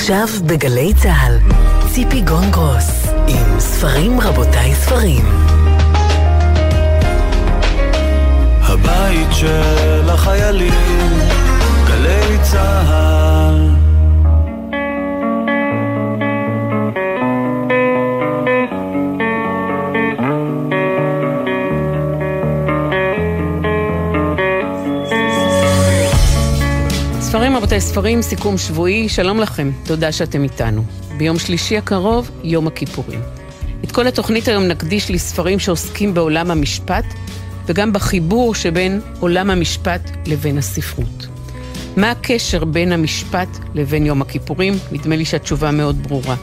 עכשיו בגלי צהל, ציפי גונגרוס עם ספרים רבותיי ספרים. הבית של החיילים, גלי צהל. ספרים רבותיי ספרים, סיכום שבועי, שלום לכם, תודה שאתם איתנו. ביום שלישי הקרוב, יום הכיפורים. את כל התוכנית היום נקדיש לספרים שעוסקים בעולם המשפט, וגם בחיבור שבין עולם המשפט לבין הספרות. מה הקשר בין המשפט לבין יום הכיפורים? נדמה לי שהתשובה מאוד ברורה.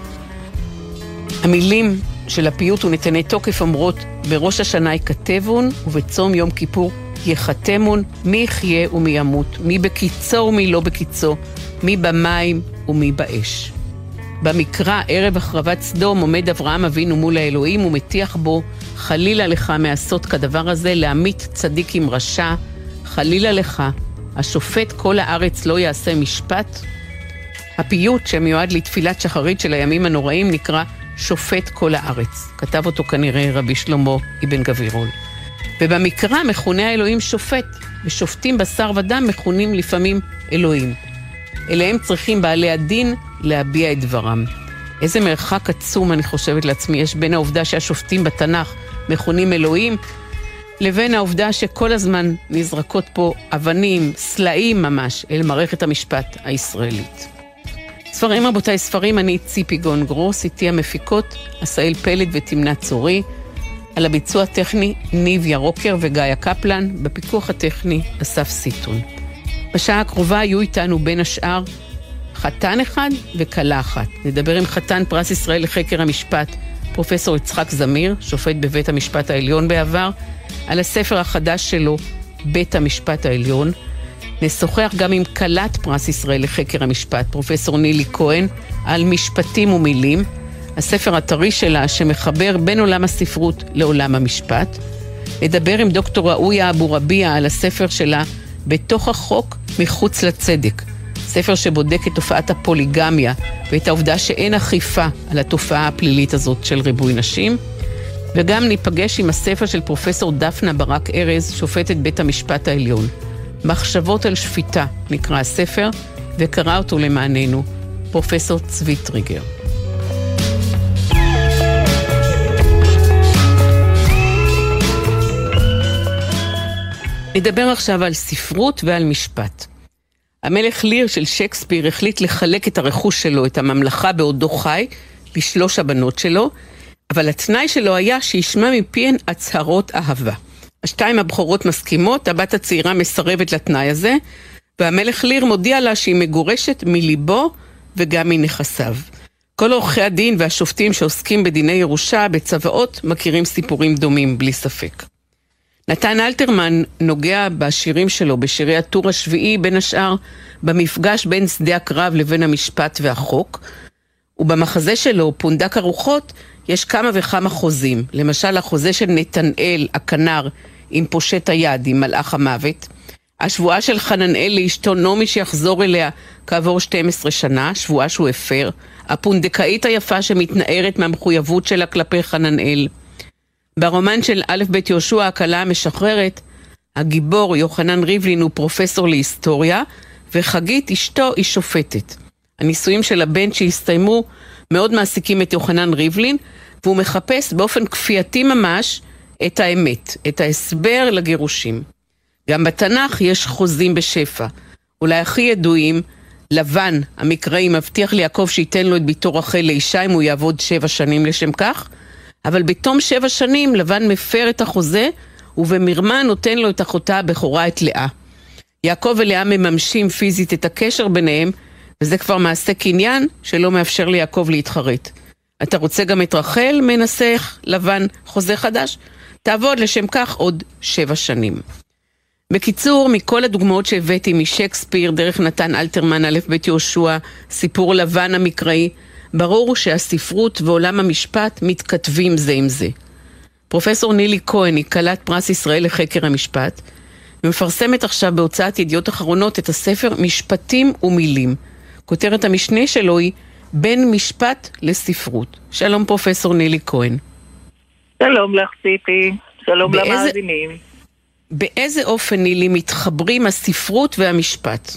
המילים של הפיוט ונתני תוקף אומרות, בראש השנה יכתבון ובצום יום כיפור יחתמון, מי יחיה ומי ימות, מי בקיצו ומי לא בקיצו, מי במים ומי באש. במקרא, ערב החרבת סדום, עומד אברהם אבינו מול האלוהים ומטיח בו, חלילה לך מעשות כדבר הזה, להמית צדיק עם רשע, חלילה לך, השופט כל הארץ לא יעשה משפט. הפיוט שמיועד לתפילת שחרית של הימים הנוראים נקרא שופט כל הארץ. כתב אותו כנראה רבי שלמה אבן גבירול. ובמקרא מכונה האלוהים שופט, ושופטים בשר ודם מכונים לפעמים אלוהים. אליהם צריכים בעלי הדין להביע את דברם. איזה מרחק עצום, אני חושבת לעצמי, יש בין העובדה שהשופטים בתנ"ך מכונים אלוהים, לבין העובדה שכל הזמן נזרקות פה אבנים, סלעים ממש, אל מערכת המשפט הישראלית. ספרים רבותיי ספרים, אני ציפי גונגרוס, איתי המפיקות, עשאל פלד ותמנת צורי, על הביצוע הטכני ניב ירוקר וגיא קפלן, בפיקוח הטכני אסף סיטון. בשעה הקרובה היו איתנו בין השאר חתן אחד וקלה אחת. נדבר עם חתן פרס ישראל לחקר המשפט, פרופסור יצחק זמיר, שופט בבית המשפט העליון בעבר, על הספר החדש שלו, בית המשפט העליון. נשוחח גם עם כלת פרס ישראל לחקר המשפט, פרופסור נילי כהן, על משפטים ומילים, הספר הטרי שלה שמחבר בין עולם הספרות לעולם המשפט. נדבר עם דוקטור ראויה אבו רביע על הספר שלה, בתוך החוק מחוץ לצדק. ספר שבודק את תופעת הפוליגמיה ואת העובדה שאין אכיפה על התופעה הפלילית הזאת של ריבוי נשים. וגם ניפגש עם הספר של פרופסור דפנה ברק ארז, שופטת בית המשפט העליון. מחשבות על שפיטה נקרא הספר, וקרא אותו למעננו פרופסור צבי טריגר. נדבר עכשיו על ספרות ועל משפט. המלך ליר של שייקספיר החליט לחלק את הרכוש שלו, את הממלכה בעודו חי, לשלוש הבנות שלו, אבל התנאי שלו היה שישמע מפיהן הצהרות אהבה. השתיים הבכורות מסכימות, הבת הצעירה מסרבת לתנאי הזה, והמלך ליר מודיע לה שהיא מגורשת מליבו וגם מנכסיו. כל עורכי הדין והשופטים שעוסקים בדיני ירושה בצוואות מכירים סיפורים דומים בלי ספק. נתן אלתרמן נוגע בשירים שלו, בשירי הטור השביעי, בין השאר במפגש בין שדה הקרב לבין המשפט והחוק, ובמחזה שלו, פונדק הרוחות, יש כמה וכמה חוזים. למשל, החוזה של נתנאל, הכנר, עם פושט היד, עם מלאך המוות. השבועה של חננאל לאשתו נעמי שיחזור אליה כעבור 12 שנה, שבועה שהוא הפר. הפונדקאית היפה שמתנערת מהמחויבות שלה כלפי חננאל. ברומן של א' ב' יהושע, הכלה המשחררת, הגיבור יוחנן ריבלין הוא פרופסור להיסטוריה, וחגית אשתו היא שופטת. הניסויים של הבן שהסתיימו מאוד מעסיקים את יוחנן ריבלין, והוא מחפש באופן כפייתי ממש את האמת, את ההסבר לגירושים. גם בתנ"ך יש חוזים בשפע. אולי הכי ידועים, לבן המקראי מבטיח ליעקב שייתן לו את ביתו רחל לאישה אם הוא יעבוד 7 שנים לשם כך, אבל בתום 7 שנים לבן מפר את החוזה, ובמרמה נותן לו את אחותה הבכורה, את לאה. יעקב ולאה מממשים פיזית את הקשר ביניהם, וזה כבר מעשה קניין שלא מאפשר ליעקב להתחרט. אתה רוצה גם את רחל? מנסח לבן חוזה חדש? תעבוד לשם כך עוד 7 שנים. בקיצור, מכל הדוגמאות שהבאתי משייקספיר, דרך נתן אלתרמן, א' ב' יהושע, סיפור לבן המקראי, ברור שהספרות ועולם המשפט מתכתבים זה עם זה. פרופסור נילי כהן היא כלת פרס ישראל לחקר המשפט, ומפרסמת עכשיו בהוצאת ידיעות אחרונות את הספר משפטים ומילים. כותרת המשנה שלו היא בין משפט לספרות. שלום פרופסור נילי כהן. שלום לך ציפי, שלום למאזינים. באיזה אופן, נילי, מתחברים הספרות והמשפט?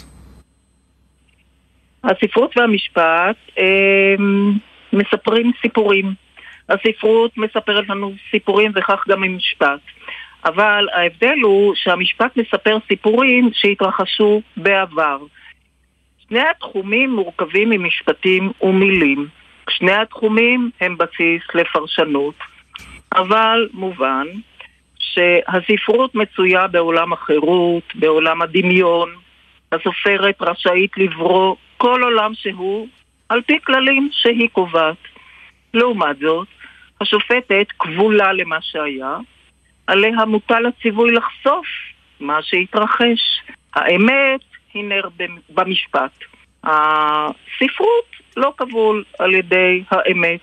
הספרות והמשפט מספרים סיפורים. הספרות מספרת לנו סיפורים וכך גם המשפט. אבל ההבדל הוא שהמשפט מספר סיפורים שהתרחשו בעבר. שני התחומים מורכבים ממשפטים ומילים. שני התחומים הם בסיס לפרשנות. אבל מובן שהספרות מצויה בעולם החירות, בעולם הדמיון. הסופרת רשאית לברוא כל עולם שהוא על פי כללים שהיא קובעת. לעומת זאת, השופטת כבולה למה שהיה, עליה מוטל הציווי לחשוף מה שהתרחש. האמת היא נר במשפט. הספרות לא כבול על ידי האמת.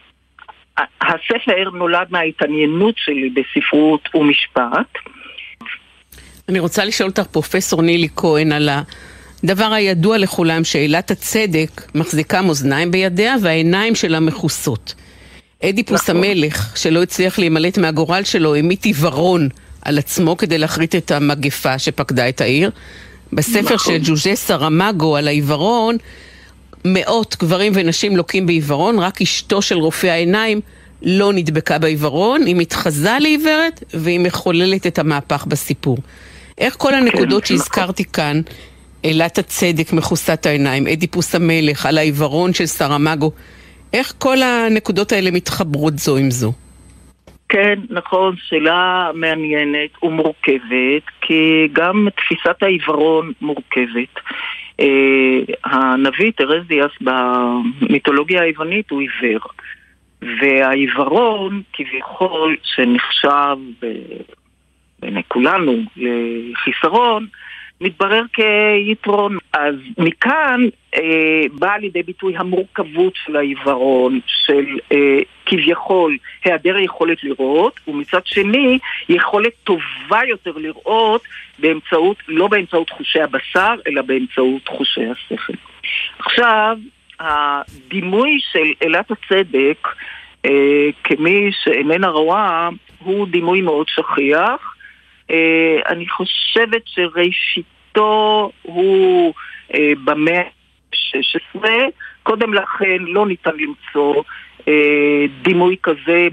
הספר נולד מההתעניינות שלי בספרות ומשפט. אני רוצה לשאול אותך, פרופסור נילי כהן, על הדבר הידוע לכולם, שאלת הצדק מחזיקה מאזניים בידיה והעיניים שלה מכוסות. אדיפוס המלך, שלא הצליח להימלט מהגורל שלו, העמיד עיוורון על עצמו כדי להחריט את המגפה שפקדה את העיר. בספר של ג'וז'ה סרמגו על העיוורון, מאות גברים ונשים לוקים בעיוורון, רק אשתו של רופא העיניים לא נדבקה בעיוורון, היא מתחזה לעיוורת והיא מחוללת את המהפך בסיפור. איך כל הנקודות שהזכרתי כאן, אלת הצדק, מכוסת העיניים, אדיפוס המלך, על העיוורון של סרמגו, איך כל הנקודות האלה מתחברות זו עם זו? כן, נכון, שאלה מעניינת ומורכבת, כי גם תפיסת העיוורון מורכבת. הנביא טרזיאס במיתולוגיה היוונית הוא עיוור, והעיוורון כביכול שנחשב בעיני כולנו לחיסרון, מתברר כיתרון. אז מכאן בא לידי ביטוי המורכבות של העיוורון, של כביכול היעדר יכולת לראות, ומצד שני יכולת טובה יותר לראות באמצעות, לא באמצעות חושי הבשר, אלא באמצעות חושי השכל. עכשיו, הדימוי של אלת הצדק כמי שאיננה רואה הוא דימוי מאוד שכיח. אני חושבת שראשיתו הוא במאה ה-16, קודם לכן לא ניתן למצוא דימוי כזה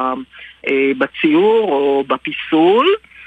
בציור או בפיסול,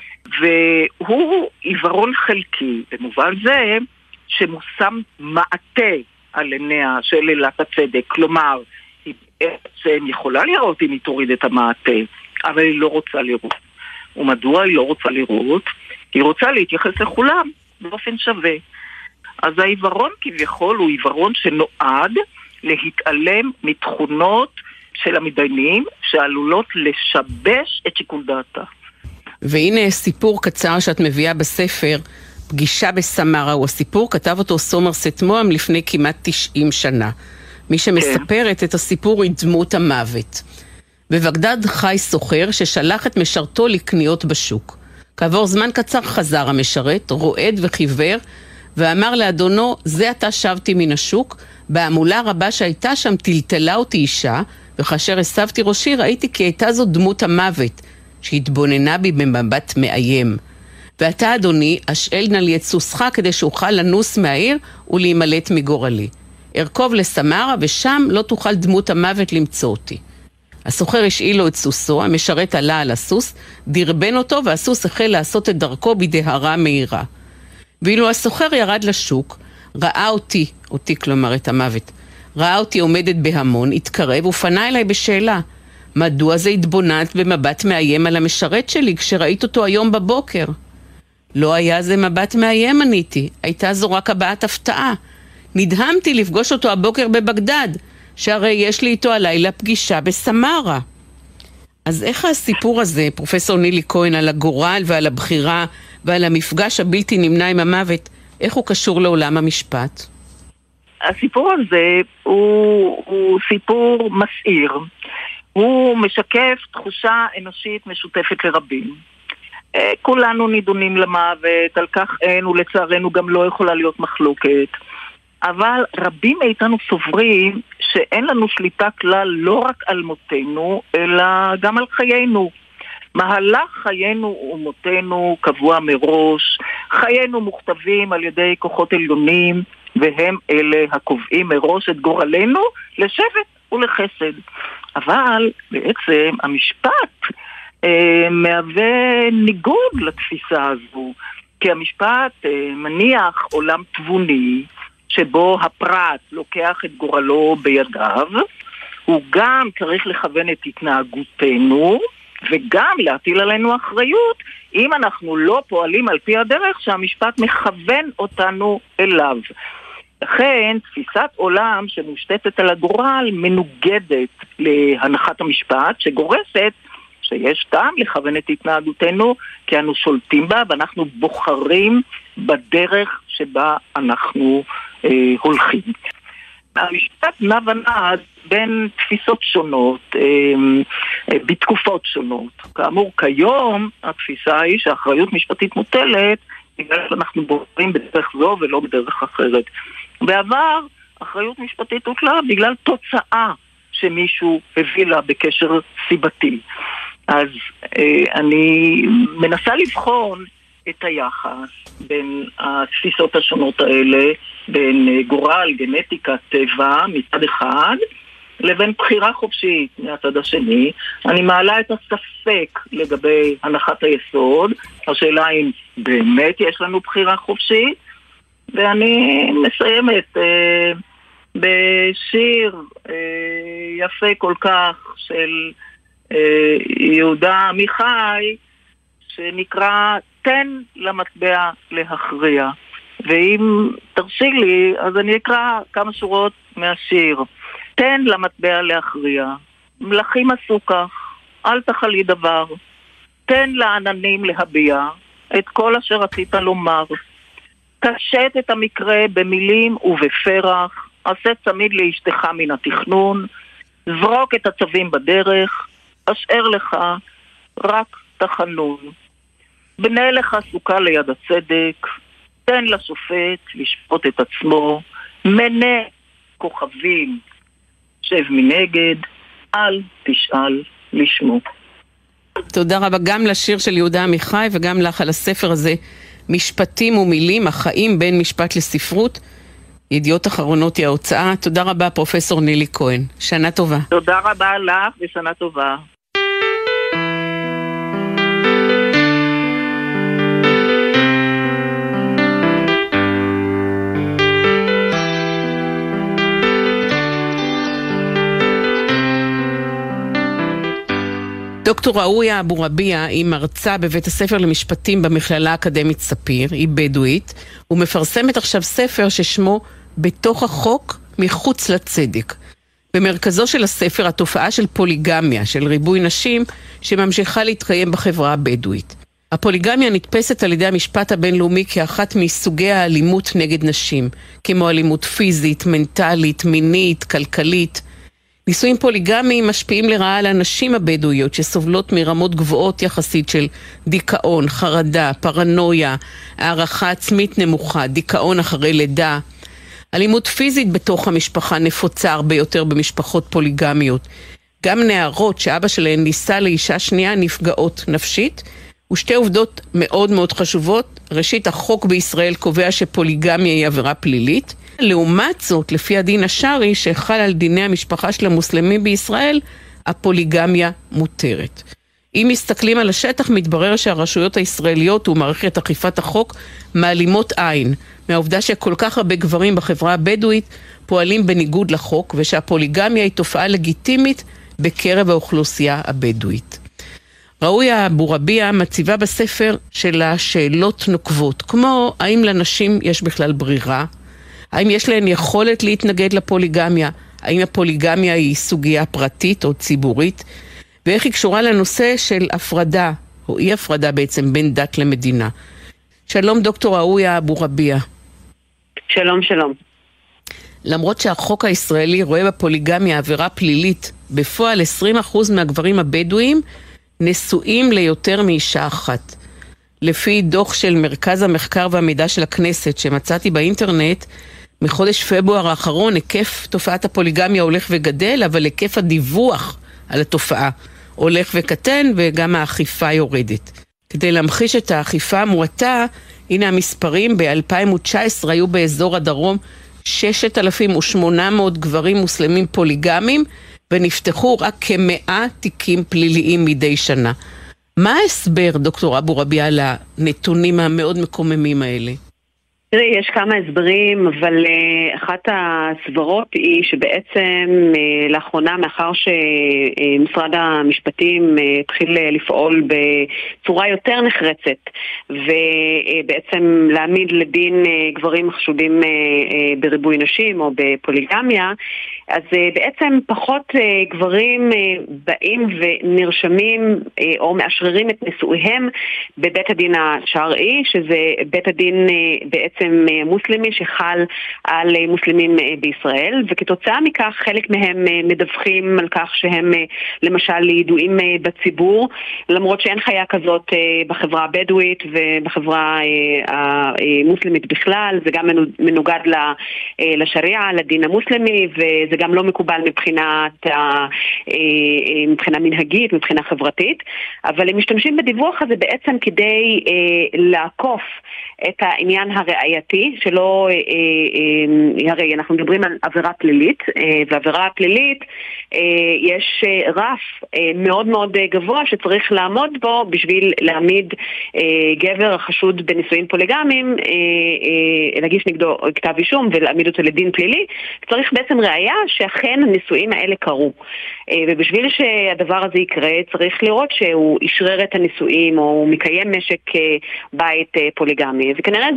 והוא עיוורון חלקי, במובן זה שמושם מעטה על עיניה של אלת הצדק, כלומר, היא בעצם יכולה לראות אם היא תוריד את המעטה, אבל היא לא רוצה לראות. ומדוע היא לא רוצה לראות? היא רוצה להתייחס לכולם באופן שווה. אז העיוורון כביכול הוא עיוורון שנועד להתעלם מתכונות של המתדיינים שעלולות לשבש את שיקול דעתה. והנה סיפור קצר שאת מביאה בספר, פגישה בסמרה, הוא הסיפור, כתב אותו סומרסט מואם לפני כמעט 90 שנה. מי שמספרת את הסיפור היא דמות המוות. בבגדד חי סוחר ששלח את משרתו לקניות בשוק. כעבור זמן קצר חזר המשרת, רועד וחיוור, ואמר לאדונו, זה עתה שבתי מן השוק, בהמולה רבה שהייתה שם טלטלה אותי אישה, וכאשר הסבתי ראשי ראיתי כי הייתה זו דמות המוות, שהתבוננה בי במבט מאיים. ואתה אדוני, אשאל נא לי את סוסך כדי שאוכל לנוס מהעיר ולהימלט מגורלי. ארכוב לסמרה ושם לא תוכל דמות המוות למצוא אותי. הסוחר השאיל לו את סוסו, המשרת עלה על הסוס, דרבן אותו והסוס החל לעשות את דרכו בדהרה מהירה. ואילו הסוחר ירד לשוק, ראה אותי כלומר את המוות, ראה אותי עומדת בהמון, התקרב ופנה אליי בשאלה, מדוע זה התבוננת במבט מאיים על המשרת שלי כשראית אותו היום בבוקר? לא היה זה מבט מאיים, עניתי, הייתה זו רק הבעת הפתעה. נדהמתי לפגוש אותו הבוקר בבגדד, שהרי יש לי איתו הלילה פגישה בסמרה. אז איך הסיפור הזה, פרופסור נילי כהן, על הגורל ועל הבחירה ועל המפגש הבלתי נמנע עם המוות, איך הוא קשור לעולם המשפט? הסיפור הזה הוא סיפור מסעיר. הוא משקף תחושה אנושית משותפת לרבים. כולנו נידונים למוות, על כך אין ולצערנו גם לא יכולה להיות מחלוקת. אבל רבים מאיתנו סוברים שאין לנו שליטה כלל לא רק על מותנו, אלא גם על חיינו. מהלך חיינו ומותנו קבוע מראש, חיינו מוכתבים על ידי כוחות עליונים, והם אלה הקובעים מראש את גורלנו לשבט ולחסד. אבל בעצם המשפט מהווה ניגוד לתפיסה הזו, כי המשפט מניח עולם תבוני, שבו הפרט לוקח את גורלו בידיו, הוא גם צריך לכוון את התנהגותנו, וגם להטיל עלינו אחריות, אם אנחנו לא פועלים על פי הדרך שהמשפט מכוון אותנו אליו. לכן, תפיסת עולם שמושתתת על הגורל מנוגדת להנחת המשפט, שגורסת שיש טעם לכוון את התנהגותנו, כי אנו שולטים בה ואנחנו בוחרים בדרך שבה אנחנו הולכים. המשפט נע ונד בין תפיסות שונות, בתקופות שונות. כאמור, כיום התפיסה היא שהאחריות משפטית מוטלת בגלל שאנחנו בוחרים בדרך זו ולא בדרך אחרת. בעבר, אחריות משפטית הוטלה בגלל תוצאה שמישהו הביא לה בקשר סיבתי. אז אני מנסה לבחון את היחס בין התפיסות השונות האלה, בין גורל, גנטיקה, טבע מצד אחד, לבין בחירה חופשית מהצד השני. אני מעלה את הספק לגבי הנחת היסוד, השאלה אם באמת יש לנו בחירה חופשית, ואני מסיימת בשיר יפה כל כך של יהודה עמיחי, שנקרא תן למטבע להכריע. ואם תרשי לי, אז אני אקרא כמה שורות מהשיר. תן למטבע להכריע, מלכים עשו כך, אל תחלי דבר. תן לעננים להביע את כל אשר רצית לומר. קשט את המקרה במילים ובפרח, עשה צמיד לאשתך מן התכנון, זרוק את הצווים בדרך, אשאר לך רק תחנון. בנה לך סוכה ליד הצדק, תן לשופט לשפוט את עצמו, מנה כוכבים, שב מנגד, אל תשאל לשמו. תודה רבה גם לשיר של יהודה עמיחי וגם לך על הספר הזה, משפטים ומילים, החיים בין משפט לספרות. ידיעות אחרונות היא ההוצאה. תודה רבה פרופסור נילי כהן. שנה טובה. תודה רבה לך ושנה טובה. דוקטור ראויה אבו רביע היא מרצה בבית הספר למשפטים במכללה האקדמית ספיר, היא בדואית, ומפרסמת עכשיו ספר ששמו בתוך החוק מחוץ לצדק. במרכזו של הספר התופעה של פוליגמיה, של ריבוי נשים, שממשיכה להתקיים בחברה הבדואית. הפוליגמיה נתפסת על ידי המשפט הבינלאומי כאחת מסוגי האלימות נגד נשים, כמו אלימות פיזית, מנטלית, מינית, כלכלית. נישואים פוליגמיים משפיעים לרעה על הנשים הבדואיות שסובלות מרמות גבוהות יחסית של דיכאון, חרדה, פרנויה, הערכה עצמית נמוכה, דיכאון אחרי לידה. אלימות פיזית בתוך המשפחה נפוצה הרבה יותר במשפחות פוליגמיות. גם נערות שאבא שלהן ניסה לאישה שנייה נפגעות נפשית. ושתי עובדות מאוד מאוד חשובות. ראשית, החוק בישראל קובע שפוליגמיה היא עבירה פלילית. לעומת זאת, לפי הדין השרי שחל על דיני המשפחה של המוסלמים בישראל, הפוליגמיה מותרת. אם מסתכלים על השטח, מתברר שהרשויות הישראליות ומערכת אכיפת החוק מעלימות עין, מהעובדה שכל כך הרבה גברים בחברה הבדואית פועלים בניגוד לחוק, ושהפוליגמיה היא תופעה לגיטימית בקרב האוכלוסייה הבדואית. ראויה אבו רביע מציבה בספר שלה שאלות נוקבות, כמו האם לנשים יש בכלל ברירה, האם יש להן יכולת להתנגד לפוליגמיה, האם הפוליגמיה היא סוגיה פרטית או ציבורית, ואיך היא קשורה לנושא של הפרדה, או אי הפרדה בעצם, בין דת למדינה. שלום דוקטור ראויה אבו רביע. שלום, שלום. למרות שהחוק הישראלי רואה בפוליגמיה עבירה פלילית, בפועל 20% מהגברים הבדואים נשואים ליותר מאישה אחת. לפי דוח של מרכז המחקר והמידע של הכנסת שמצאתי באינטרנט, מחודש פברואר האחרון היקף תופעת הפוליגמיה הולך וגדל, אבל היקף הדיווח על התופעה הולך וקטן וגם האכיפה יורדת. כדי להמחיש את האכיפה המועטה, הנה המספרים, ב-2019 היו באזור הדרום 6,800 גברים מוסלמים פוליגמים, ונפתחו רק כ100 תיקים פליליים מדי שנה. מה ההסבר, דוקטור אבו רביע, על הנתונים המאוד מקוממים האלה? תראי, יש כמה הסברים, אבל אחת הסברות היא שבעצם לאחרונה, מאחר שמשרד המשפטים התחיל לפעול בצורה יותר נחרצת, ובעצם להעמיד לדין גברים חשודים בריבוי נשים או בפוליגמיה, אז בעצם פחות גברים באים ונרשמים או מאשררים את נישואיהם בבית הדין השרעי, שזה בית הדין בעצם מוסלמי שחל על מוסלמים בישראל, וכתוצאה מכך חלק מהם מדווחים על כך שהם למשל ידועים בציבור, למרות שאין חיה כזאת בחברה הבדואית ובחברה המוסלמית בכלל, זה גם מנוגד לשריעה, לדין המוסלמי, וזה גם לא מקובל מבחינה מנהגית, מבחינה חברתית, אבל הם משתמשים בדיווח הזה בעצם כדי לעקוף את העניין הראייתי, שלא, הרי אנחנו מדברים על עבירה פלילית, ועבירה פלילית יש רף מאוד מאוד גבוה שצריך לעמוד בו בשביל להעמיד גבר החשוד בנישואים פוליגמיים, להגיש נגדו כתב אישום ולהעמיד אותו לדין פלילי, צריך בעצם ראייה שאכן הנישואים האלה קרו. ובשביל שהדבר הזה יקרה צריך לראות שהוא ישרר את הנישואים או הוא מקיים משק בית פוליגמי. וכנראה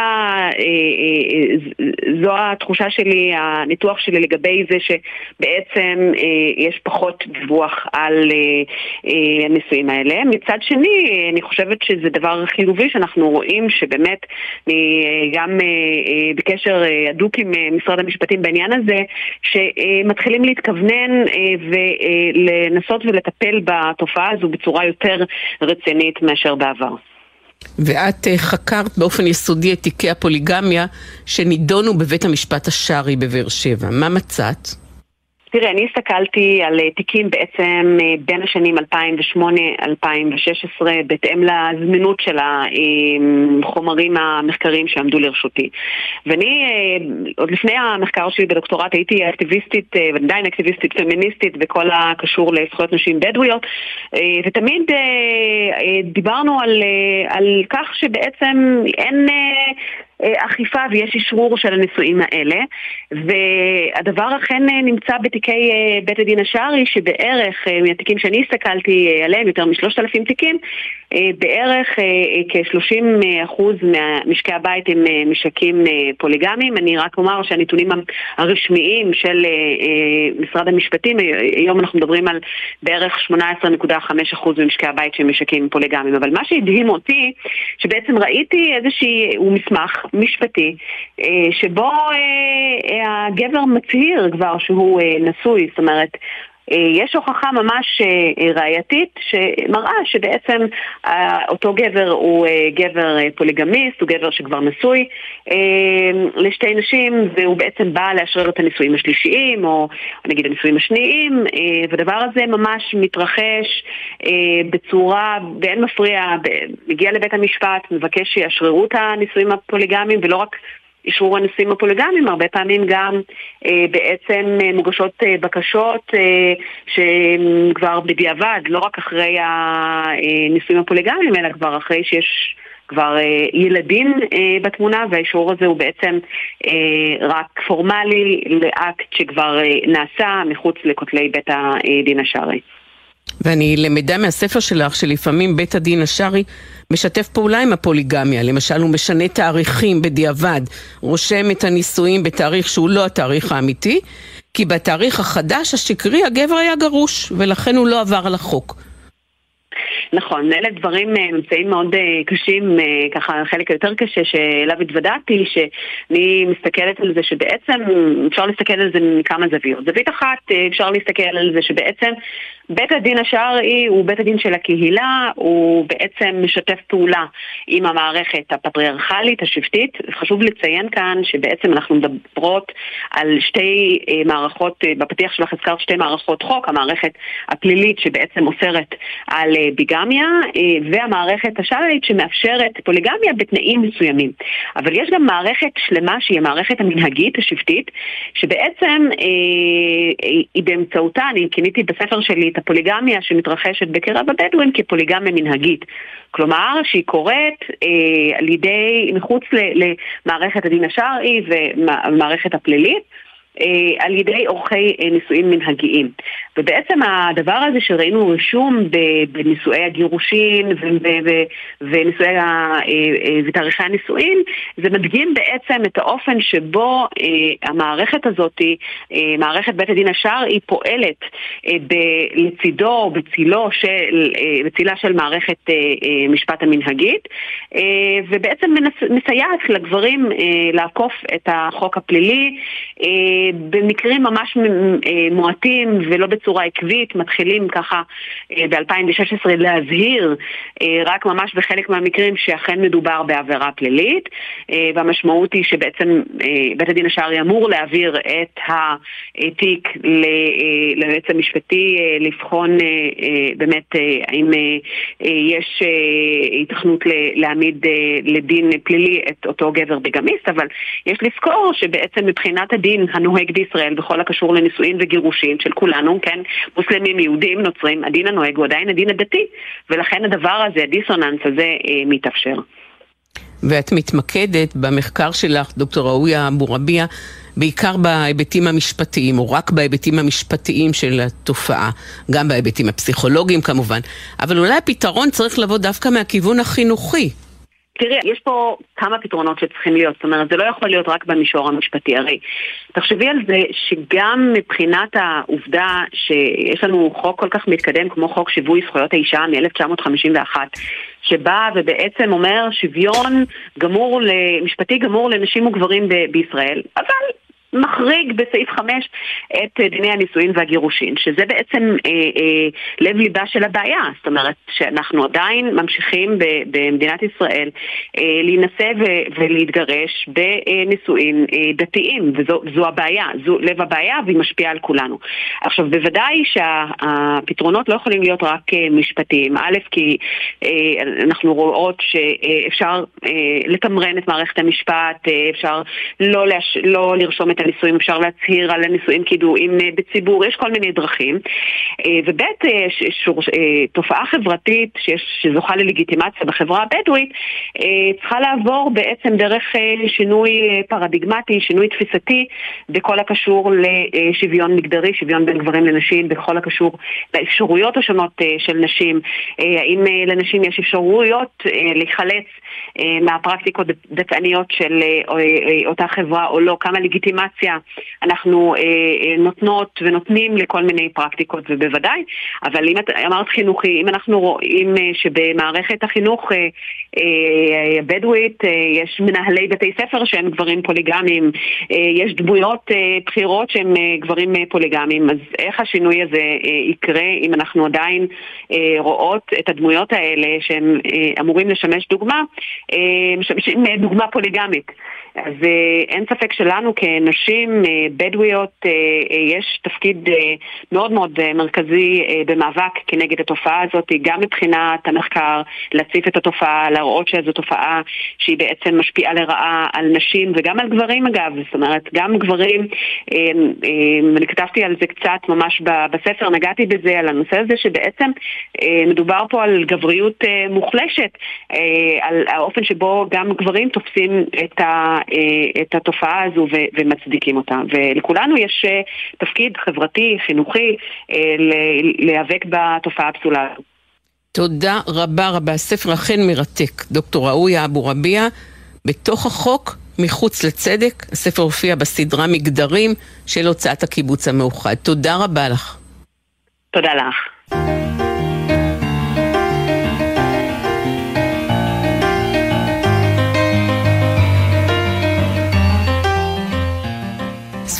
זו התחושה שלי, הניתוח שלי לגבי זה שבעצם יש פחות דיווח על הנישואים האלה. מצד שני, אני חושבת שזה דבר חיובי שאנחנו רואים שבאמת גם בקשר הדוק עם משרד המשפטים בעניין הזה, שמתחילים להתכוונן ולנסות ולטפל בתופעה הזו בצורה יותר רצינית מאשר בעבר. ואת חקרת באופן יסודי את תיקי הפוליגמיה שנידונו בבית המשפט השרעי בבאר שבע. מה מצאת? תראה, אני הסתכלתי על תיקים בעצם בין השנים 2008-2016 בהתאם לזמינות של החומרים המחקריים שעמדו לרשותי. ואני, עוד לפני המחקר שלי בדוקטורט, הייתי אקטיביסטית, ועדיין אקטיביסטית פמיניסטית בכל הקשור לזכויות נשים בדואיות, ותמיד דיברנו על כך שבעצם אין אכיפה ויש אישרור של הנישואים האלה, והדבר אכן נמצא בתיקי בית הדין השרעי, שבערך מהתיקים שאני הסתכלתי עליהם, יותר מ3,000 תיקים, בערך כ30% מהמשקי הבית הם משקים פוליגמיים. אני רק אומר שהנתונים הרשמיים של משרד המשפטים, היום אנחנו מדברים על בערך 18.5% ממשקי הבית שהם משקים פוליגמיים, אבל מה שהדהים אותי, שבעצם ראיתי איזשהו מסמך משפטי, שבו הגבר מצהיר כבר שהוא נשוי, זאת אומרת, יש הוכחה ממש ראייתית שמראה שבעצם אותו גבר הוא גבר פוליגמיסט, הוא גבר שכבר נשוי לשתי נשים, והוא בעצם בא לאשרר את הנישואים השלישיים או נגיד הנישואים השניים, והדבר הזה ממש מתרחש בצורה באין מפריע, מגיע לבית המשפט, מבקש שיאשררו את הנישואים הפוליגמיים, ולא רק אישור הנישואים הפוליגמיים, הרבה פעמים גם בעצם מוגשות בקשות שכבר בדיעבד, לא רק אחרי הנישואים הפוליגמיים, אלא כבר אחרי שיש כבר ילדים בתמונה, והאישור הזה הוא בעצם רק פורמלי לאקט שכבר נעשה מחוץ לכותלי בית הדין השרעי. ואני למדה מהספר שלך שלפעמים בית הדין השרעי משתף פעולה עם הפוליגמיה. למשל, הוא משנה תאריכים בדיעבד, רושם את הנישואים בתאריך שהוא לא התאריך האמיתי, כי בתאריך החדש השקרי הגבר היה גרוש, ולכן הוא לא עבר על החוק. נכון, אלה דברים ממצאים מאוד קשים, ככה חלק יותר קשה שאליו התוודעתי, שאני מסתכלת על זה שבעצם אפשר להסתכל על זה מכמה זוויות. זווית אחת, אפשר להסתכל על זה שבעצם בית הדין השרעי הוא בית הדין של הקהילה, הוא בעצם משתף פעולה עם המערכת הפטריארכלית, השבטית. חשוב לציין כאן שבעצם אנחנו מדברות על שתי מערכות, בפתיח שלך הזכרת שתי מערכות חוק, המערכת הפלילית שבעצם אוסרת על ביגמיה, והמערכת השרעית שמאפשרת פוליגמיה בתנאים מסוימים. אבל יש גם מערכת שלמה שהיא המערכת המנהגית, השבטית, שבעצם היא באמצעותה, אני כיניתי בספר שלי את הפוליגמיה שמתרחשת בקרב הבדואים כפוליגמיה מנהגית. כלומר, שהיא קורית על ידי, מחוץ למערכת הדין השרעי ומערכת הפלילית, על ידי עורכי נישואים מנהגיים. ובעצם הדבר הזה שראינו רשום בנישואי הגירושין ונישואי ותאריכי הנישואין, זה מדגים בעצם את האופן שבו המערכת הזאת, מערכת בית הדין השרעי, פועלת לצידו, בצילה של מערכת משפט המנהגית, ובעצם מסייעת לגברים לעקוף את החוק הפלילי, במקרים ממש מועטים ולא בצורה עקבית. מתחילים ככה ב-2016 להזהיר רק ממש בחלק מהמקרים שאכן מדובר בעבירה פלילית, והמשמעות היא שבעצם בית הדין השרעי אמור להעביר את התיק ליועץ המשפטי לבחון באמת האם יש התכנות להעמיד לדין פלילי את אותו גבר ביגמיסט. אבל יש לזכור שבעצם מבחינת הדין הנוהג בישראל בכל הקשור לנישואין וגירושין של כולנו, כן, מוסלמים, יהודים, נוצרים, הדין הנוהג הוא עדיין הדין הדתי, ולכן הדבר הזה, הדיסוננס הזה, מתאפשר. ואת מתמקדת במחקר שלך, דוקטור ראויה אבו רביע, בעיקר בהיבטים המשפטיים, או רק בהיבטים המשפטיים של התופעה, גם בהיבטים הפסיכולוגיים כמובן, אבל אולי הפתרון צריך לבוא דווקא מהכיוון החינוכי. תראי, יש פה כמה פתרונות שצריכים להיות, זאת אומרת, זה לא יכול להיות רק במישור המשפטי. הרי תחשבי על זה שגם מבחינת העובדה שיש לנו חוק כל כך מתקדם כמו חוק שיווי זכויות האישה מ-1951, שבא ובעצם אומר שוויון גמור, משפטי גמור לנשים וגברים בישראל, אבל מחריג בסעיף 5 את דיני הנישואין והגירושין, שזה בעצם לב ליבה של הבעיה. זאת אומרת שאנחנו עדיין ממשיכים במדינת ישראל להינשא ולהתגרש בנישואין דתיים, וזו הבעיה, זו לב הבעיה, והיא משפיעה על כולנו. עכשיו, בוודאי שהפתרונות לא יכולים להיות רק משפטיים. א', כי אנחנו רואות שאפשר לתמרן את מערכת המשפט, אפשר לא לרשום את הנישואים, אפשר להצהיר על הנישואים כידועים בציבור, יש כל מיני דרכים. ובית תופעה חברתית שזוכה ללגיטימציה בחברה הבדואית, צריכה לעבור בעצם דרך שינוי פרדיגמטי, שינוי תפיסתי, בכל הקשור לשוויון מגדרי, שוויון בין גברים לנשים, בכל הקשור לאפשרויות השונות של נשים, האם לנשים יש אפשרויות להיחלץ מהפרקטיקות דתניות של אותה חברה או לא, כמה לגיטימציה אנחנו נותנות ונותנים לכל מיני פרקטיקות, ובוודאי. אבל אם את אמרת חינוכי, אם אנחנו רואים שבמערכת החינוך הבדואית יש מנהלי בתי ספר שהם גברים פוליגמיים, יש דמויות בחירות שהם גברים פוליגמיים, אז איך השינוי הזה יקרה אם אנחנו עדיין רואות את הדמויות האלה שהם אמורים לשמש דוגמה, משמשים דוגמה פוליגמית? אז אין ספק שלנו כנשים בדואיות יש תפקיד מאוד מאוד מרכזי במאבק כנגד התופעה הזאת, גם מבחינת המחקר, להציף את התופעה, להראות שזו תופעה שהיא בעצם משפיעה לרעה על נשים וגם על גברים אגב, זאת אומרת גם גברים, אני כתבתי על זה קצת ממש בספר, נגעתי בזה על הנושא הזה שבעצם מדובר פה על גבריות מוחלשת, על האופן שבו גם גברים תופסים את התופעה הזו ומצדיקים אותה, ולכולנו יש תפקיד חברתי, חינוכי, להיאבק בתופעה הפסולה הזו. תודה רבה רבה, הספר אכן מרתק. דוקטור ראויה אבו רביע, בתוך החוק, מחוץ לצדק, הספר הופיע בסדרה מגדרים של הוצאת הקיבוץ המאוחד. תודה רבה לך. תודה לך.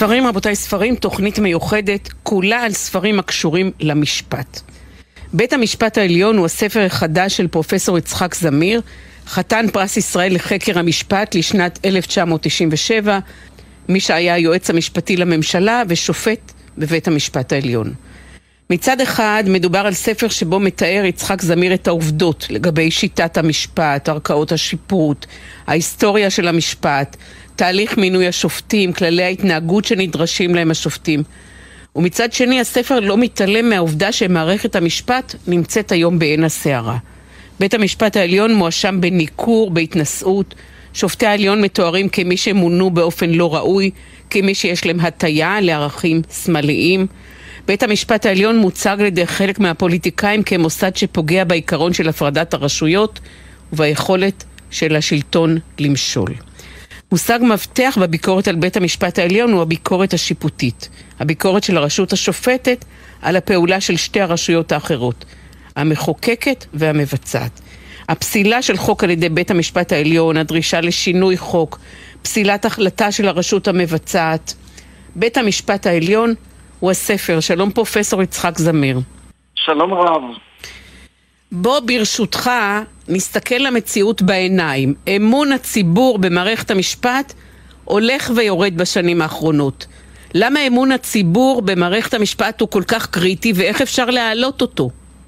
ספרים, רבותיי, ספרים, תוכנית מיוחדת, כולה על ספרים הקשורים למשפט. בית המשפט העליון הוא הספר החדש של פרופסור יצחק זמיר, חתן פרס ישראל לחקר המשפט לשנת 1997, מי שהיה היועץ המשפטי לממשלה ושופט בבית המשפט העליון. מצד אחד מדובר על ספר שבו מתאר יצחק זמיר את העובדות לגבי שיטת המשפט, ערכאות השיפוט, ההיסטוריה של המשפט, תהליך מינוי השופטים, כללי ההתנהגות שנדרשים להם השופטים. ומצד שני הספר לא מתעלם מהעובדה שמערכת המשפט נמצאת היום בעין הסערה. בית המשפט העליון מואשם בניקור, בהתנשאות. שופטי העליון מתוארים כמי שמונו באופן לא ראוי, כמי שיש להם הטיה לערכים שמאליים. בית המשפט העליון מוצג לידי חלק מהפוליטיקאים כמוסד שפוגע בעיקרון של הפרדת הרשויות וביכולת של השלטון למשול. מושג מפתח בביקורת על בית המשפט העליון הוא הביקורת השיפוטית. הביקורת של הרשות השופטת על הפעולה של שתי הרשויות האחרות, המחוקקת והמבצעת. הפסילה של חוק על ידי בית המשפט העליון, הדרישה לשינוי חוק, פסילת החלטה של הרשות המבצעת. בית המשפט העליון הוא הספר. שלום פרופסור יצחק זמיר. שלום רב. בוא ברשותך נסתכל למציאות בעיניים. אמון הציבור במערכת המשפט הולך ויורד בשנים האחרונות. למה אמון הציבור במערכת המשפט הוא כל כך קריטי ואיך אפשר להעלות אותו?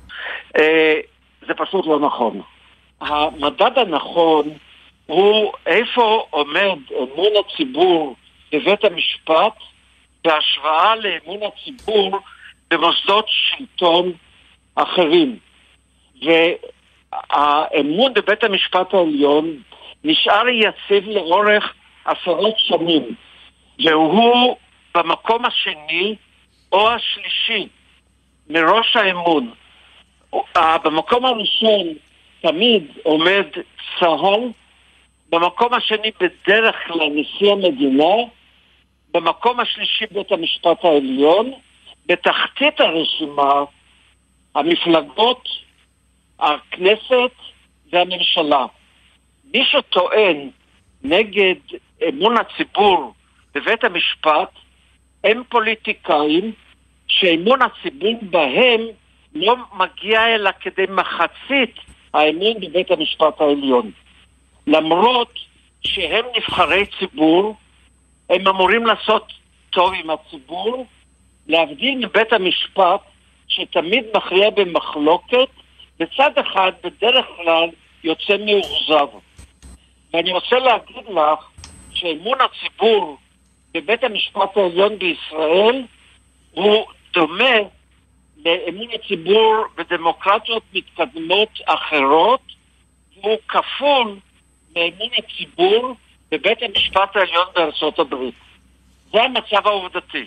זה פשוט לא נכון. המדד הנכון הוא איפה עומד אמון הציבור בבית המשפט בהשוואה לאמון הציבור במוסדות שלטון אחרים. והאמון בבית המשפט העליון נשאר יציב לאורך עשרות שנים, והוא במקום השני או השלישי מראש האמון. במקום הראשון תמיד עומד צה"ל, במקום השני בדרך כלל נשיא המדינה, במקום השלישי בית המשפט העליון, בתחתית הרשימה המפלגות, הכנסת והממשלה. מי שטוען נגד אמון הציבור בבית המשפט הם פוליטיקאים שאמון הציבור בהם לא מגיע אלא כדי מחצית האמון בבית המשפט העליון. למרות שהם נבחרי ציבור, הם אמורים לעשות טוב עם הציבור, להבדיל מבית המשפט שתמיד מכריע במחלוקת, בצד אחד בדרך כלל יוצא מאוכזב. ואני רוצה להגיד לך שאמון הציבור בבית המשפט העליון בישראל הוא דומה לאמון הציבור בדמוקרטיות מתקדמות אחרות, והוא כפול מאמון הציבור בבית המשפט העליון בארצות הברית. זה המצב העובדתי.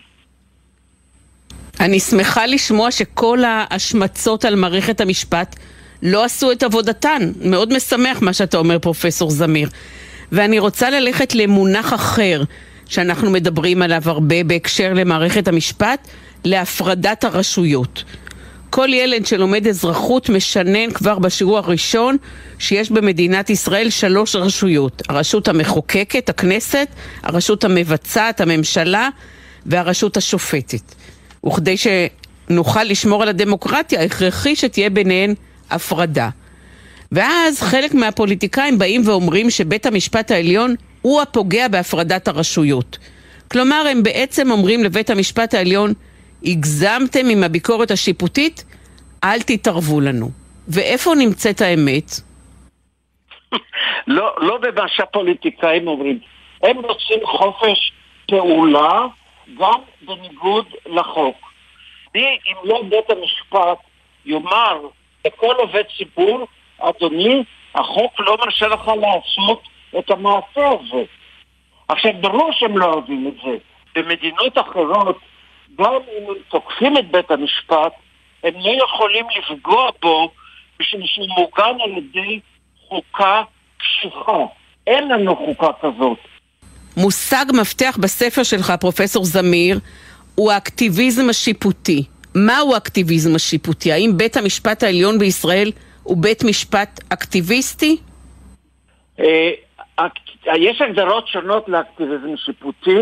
אני שמחה לשמוע שכל ההשמצות על מערכת המשפט לא עשו את עבודתן. מאוד משמח מה שאתה אומר פרופסור זמיר. ואני רוצה ללכת למונח אחר שאנחנו מדברים עליו הרבה בהקשר למערכת המשפט, להפרדת הרשויות. כל ילד שלומד אזרחות משנן כבר בשיעור הראשון שיש במדינת ישראל 3 רשויות. הרשות המחוקקת, הכנסת, הרשות המבצעת, הממשלה, והרשות השופטת. וכדי שנוכל לשמור על הדמוקרטיה, הכרחי שתהיה ביניהן הפרדה. ואז חלק מהפוליטיקאים באים ואומרים שבית המשפט העליון הוא הפוגע בהפרדת הרשויות. כלומר, הם בעצם אומרים לבית המשפט העליון, הגזמתם עם הביקורת השיפוטית, אל תתערבו לנו. ואיפה נמצאת האמת? לא במה שהפוליטיקאים אומרים. הם רוצים חופש פעולה גם בניגוד לחוק. אם לא בית המשפט יאמר לכל עובד ציבור, אדוני, החוק לא מרשה לך לעשות את המעשה הזה. עכשיו, ברור שהם לא אוהבים את זה. במדינות אחרות, גם אם הם תוקפים את בית המשפט, הם לא יכולים לפגוע בו בשביל שהוא מוגן על ידי חוקה קשיחה. אין לנו חוקה כזאת. מושג מפתח בספר שלך, פרופסור זמיר, הוא האקטיביזם השיפוטי. מהו האקטיביזם השיפוטי? האם בית המשפט העליון בישראל הוא בית משפט אקטיביסטי? יש הגדרות שונות לאקטיביזם שיפוטי.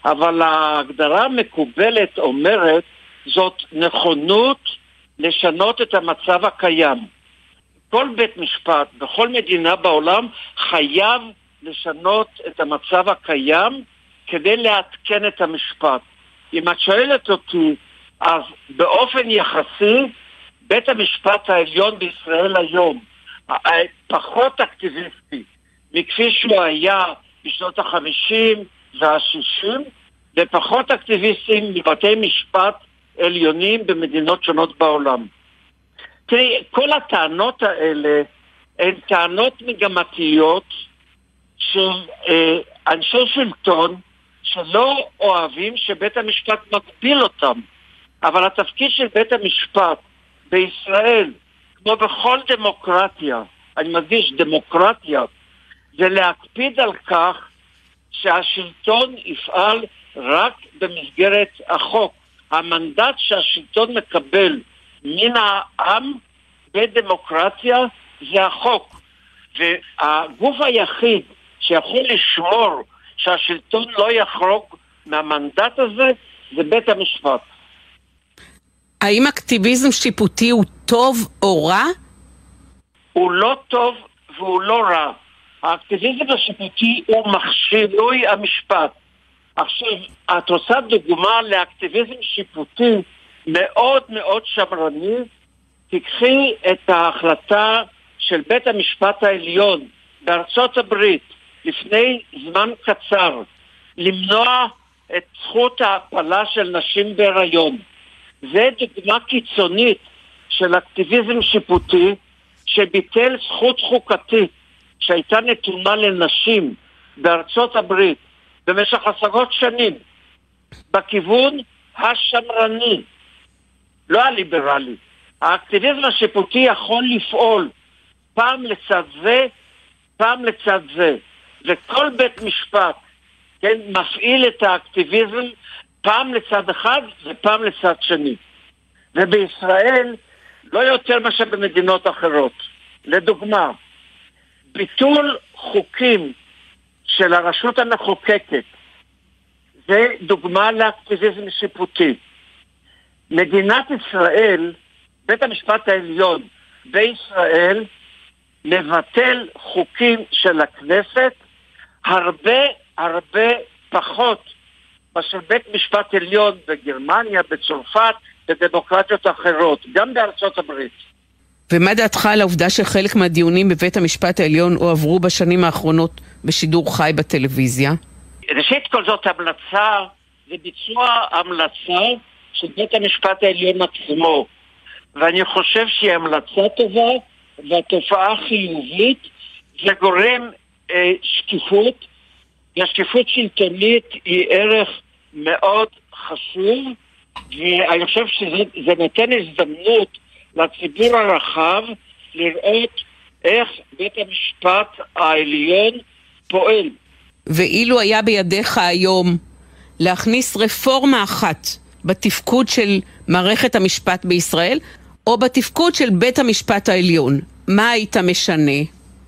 אבל ההגדרה המקובלת אומרת זאת נכונות לשנות את המצב הקיים. כל בית משפט בכל מדינה בעולם חייב לשנות את המצב הקיים כדי לעדכן את המשפט. אם את שואלת אותי, אז באופן יחסי בית המשפט העליון בישראל היום פחות אקטיביסטי מכפי שהוא היה בשנות ה-50 וה-60, ופחות אקטיביסטים מבתי משפט עליונים במדינות שונות בעולם. תראי, כל הטענות האלה הן טענות מגמתיות של אנשי שלטון שלא אוהבים שבית המשפט מגביל אותם. אבל התפקיד של בית המשפט בישראל, כמו בכל דמוקרטיה, אני מדגיש דמוקרטיה, זה להקפיד על כך שהשלטון יפעל רק במסגרת החוק. המנדט שהשלטון מקבל מן העם בדמוקרטיה זה החוק. והגוף היחיד שיכול לשמור שהשלטון לא יחרוג מהמנדט הזה זה בית המשפט. האם אקטיביזם שיפוטי הוא טוב או רע? הוא לא טוב והוא לא רע. האקטיביזם השיפוטי הוא שינוי המשפט. עכשיו, את עושה דוגמה לאקטיביזם שיפוטי מאוד מאוד שמרני. תקחי את ההחלטה של בית המשפט העליון בארצות הברית לפני זמן קצר למנוע את זכות ההפלה של נשים בהיריון. זה דוגמה קיצונית של אקטיביזם שיפוטי שביטל זכות חוקתית שהייתה נתונה לנשים בארצות הברית במשך עשרות שנים בכיוון השמרני, לא הליברלי. האקטיביזם השיפוטי יכול לפעול פעם לצד זה, פעם לצד זה. וכל בית משפט, כן, מפעיל את האקטיביזם פעם לצד אחד ופעם לצד שני. ובישראל לא יותר מה שבמדינות אחרות. לדוגמה, ביטול חוקים של הרשות המחוקקת זה דוגמה לאקטיביזם שיפוטי. מדינת ישראל, בית המשפט העליון בישראל מבטל חוקים של הכנסת הרבה פחות מאשר בית משפט עליון בגרמניה, בצרפת, בדמוקרטיות אחרות, גם בארצות הברית. ומה דעתך על העובדה שחלק מהדיונים בבית המשפט העליון הועברו בשנים האחרונות בשידור חי בטלוויזיה? ראשית כל זאת המלצה, זה ביצוע המלצה של בית המשפט העליון עצמו. ואני חושב שהיא המלצה טובה והתופעה חיובית. זה גורם שקיפות, והשקיפות שלטונית היא ערך מאוד חשוב, ואני חושב שזה נותן הזדמנות לציבור הרחב לראות איך בית המשפט העליון פועל. ואילו היה בידיך היום להכניס רפורמה אחת בתפקוד של מערכת המשפט בישראל, או בתפקוד של בית המשפט העליון, מה היית משנה?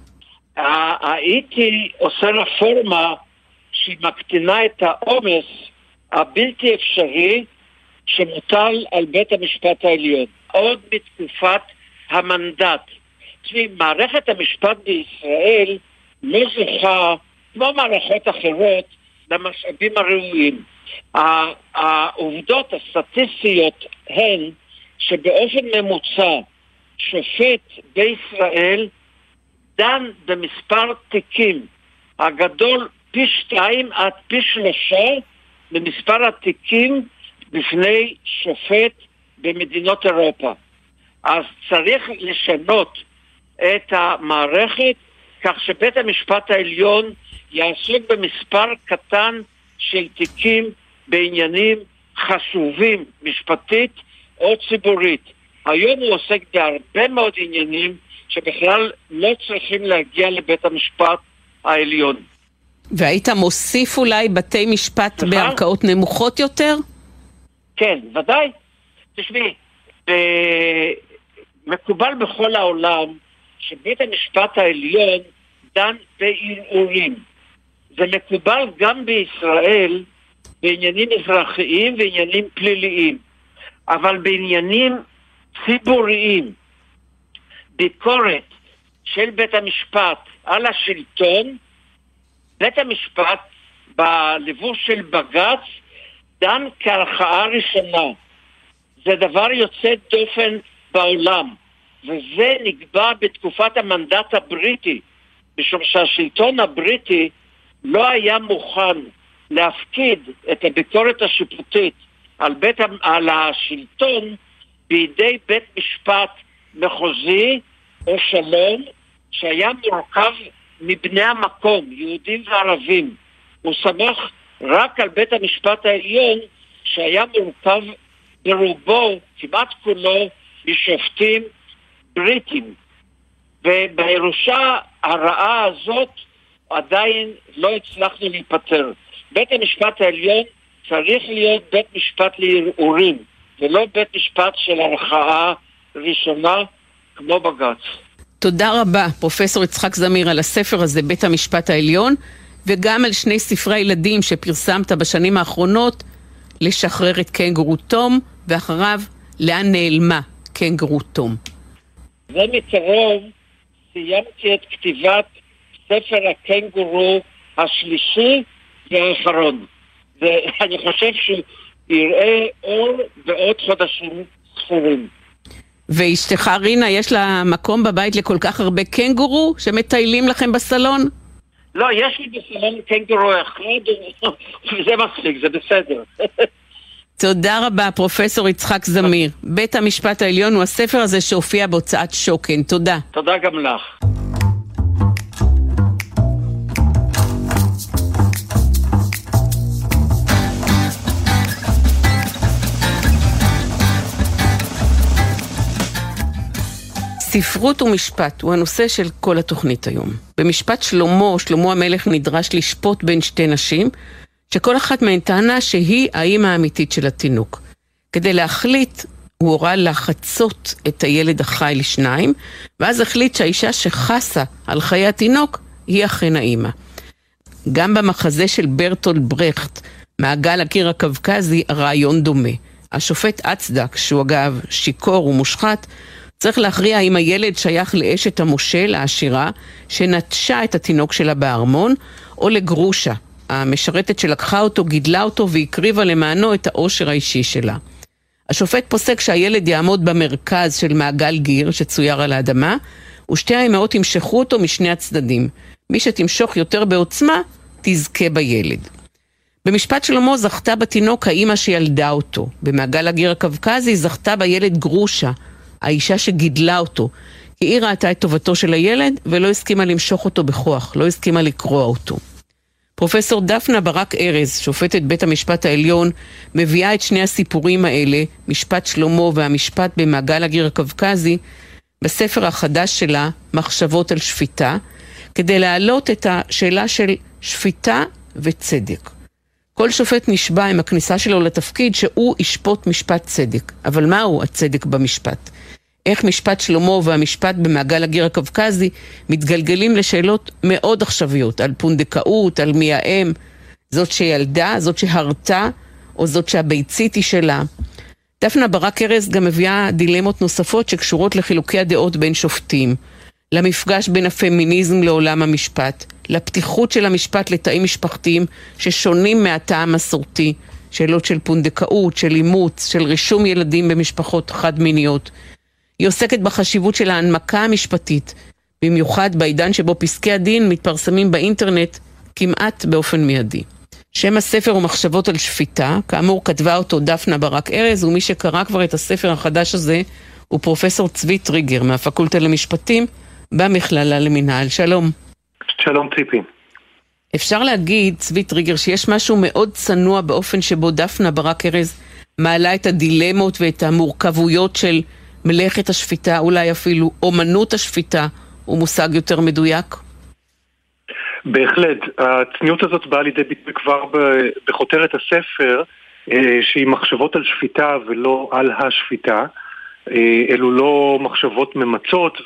הייתי עושה רפורמה שמקטינה את העומס הבלתי אפשרי שמוטל על בית המשפט העליון. עוד בתקופת המנדט. מערכת המשפט בישראל לא זוכה, כמו מערכות אחרות, למשאבים הראויים. העובדות הסטטיסטיות הן שבאופן ממוצע שופט בישראל דן במספר תיקים הגדול פי 2 עד פי 3 במספר התיקים בפני שופט במדינות אירופה. אז צריך לשנות את המערכת כך שבית המשפט העליון יעסוק במספר קטן של תיקים בעניינים חשובים משפטית או ציבורית. היום הוא עוסק בהרבה מאוד עניינים שבכלל לא צריכים להגיע לבית המשפט העליון. והיית מוסיף אולי בתי משפט בערכאות נמוכות יותר? כן, ודאי. תשמעי, מקובל בכל העולם שבית המשפט העליון דן בערעורים. זה מקובל גם בישראל בעניינים אזרחיים ועניינים פליליים. אבל בעניינים ציבוריים, ביקורת של בית המשפט על השלטון, בית המשפט בלבוש של בג"ץ דן כערכאה ראשונה. זה דבר יוצא דופן בעולם, וזה נקבע בתקופת המנדט הבריטי, משום שהשלטון הבריטי לא היה מוכן להפקיד את הביקורת השיפוטית על השלטון בידי בית משפט מחוזי או שלום שהיה מורכב מבני המקום, יהודים וערבים. הוא סמך רק על בית המשפט העליון שהיה מורכב ברובו, כמעט כולו, משופטים בריטים. ובירושה הרעה הזאת עדיין לא הצלחנו להיפטר. בית המשפט העליון צריך להיות בית משפט לערעורים, ולא בית משפט של ערכאה ראשונה כמו בג"ץ. תודה רבה, פרופסור יצחק זמיר, על הספר הזה, בית המשפט העליון, וגם על שני ספרי ילדים שפרסמת בשנים האחרונות, לשחרר את קנגורו תום, ואחריו, לאן נעלמה קנגורו תום. זה מקרוב סיימתי את כתיבת ספר הקנגורו השלישי והאחרון. ואני חושב שהוא יראה אור בעוד חודשים ספורים. ואשתך רינה, יש לה מקום בבית לכל כך הרבה קנגורו שמטיילים לכם בסלון? לא, יש לי בסלון קנגורו אחד, וזה מספיק, זה בסדר. תודה רבה, פרופסור יצחק זמיר. בית המשפט העליון הוא הספר הזה שהופיע בהוצאת שוקן. תודה. תודה גם לך. ספרות ומשפט הוא הנושא של כל התוכנית היום. במשפט שלמה המלך נדרש לשפוט בין שתי נשים, שכל אחת מהן טענה שהיא האמא האמיתית של התינוק. כדי להחליט, הוא הורה לחצות את הילד החי לשניים, ואז החליט שהאישה שחסה על חיי התינוק היא אכן האמא. גם במחזה של ברטולד ברכט, מעגל הקיר הקווקזי, הרעיון דומה. השופט אצדק, שהוא אגב שיקור ומושחת, צריך להכריע אם הילד שייך לאשת המושל, העשירה, שנטשה את התינוק שלה בארמון, או לגרושה, המשרתת שלקחה אותו, גידלה אותו והקריבה למענו את העושר האישי שלה. השופט פוסק שהילד יעמוד במרכז של מעגל גיר שצויר על האדמה, ושתי האמהות ימשכו אותו משני הצדדים. מי שתמשוך יותר בעוצמה, תזכה בילד. במשפט שלמה זכתה בתינוק האמא שילדה אותו. במעגל הגיר הקווקזי זכתה בילד גרושה, האישה שגידלה אותו, כי היא ראתה את טובתו של הילד ולא הסכימה למשוך אותו בכוח, לא הסכימה לקרוע אותו. פרופסור דפנה ברק ארז, שופטת בית המשפט העליון, מביאה את שני הסיפורים האלה, משפט שלמה והמשפט במעגל הגיר הקווקזי, בספר החדש שלה, מחשבות על שפיטה, כדי להעלות את השאלה של שפיטה וצדק. כל שופט נשבע עם הכניסה שלו לתפקיד שהוא ישפוט משפט צדק. אבל מהו הצדק במשפט? איך משפט שלמה והמשפט במעגל הגיר הקווקזי מתגלגלים לשאלות מאוד עכשוויות, על פונדקאות, על מי האם, זאת שילדה, זאת שהרתה, או זאת שהביצית היא שלה. דפנה ברק ארז גם מביאה דילמות נוספות שקשורות לחילוקי הדעות בין שופטים, למפגש בין הפמיניזם לעולם המשפט, לפתיחות של המשפט לתאים משפחתיים ששונים מהטעם המסורתי, שאלות של פונדקאות, של אימוץ, של רישום ילדים במשפחות חד-מיניות. היא עוסקת בחשיבות של ההנמקה המשפטית, במיוחד בעידן שבו פסקי הדין מתפרסמים באינטרנט כמעט באופן מיידי. שם הספר הוא מחשבות על שפיטה, כאמור כתבה אותו דפנה ברק ארז, ומי שקרא כבר את הספר החדש הזה הוא פרופסור צבי טריגר מהפקולטה למשפטים במכללה למינהל. שלום. שלום ציפי. אפשר להגיד, צבי טריגר, שיש משהו מאוד צנוע באופן שבו דפנה ברק ארז מעלה את הדילמות ואת המורכבויות של מלאכת השפיטה, אולי אפילו אומנות השפיטה, הוא מושג יותר מדויק? בהחלט. הצניעות הזאת באה לידי ביטוי כבר בכותרת הספר, שהיא מחשבות על שפיטה ולא על השפיטה. אלו לא מחשבות ממצות,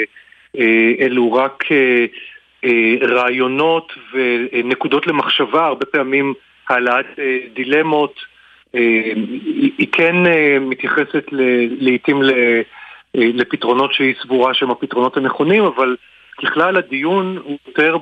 ואלו רק רעיונות ונקודות למחשבה, הרבה פעמים העלאת דילמות, היא כן מתייחסת לעתים לפתרונות שהיא סבורה שהם הפתרונות הנכונים, אבל ככלל הדיון הוא יותר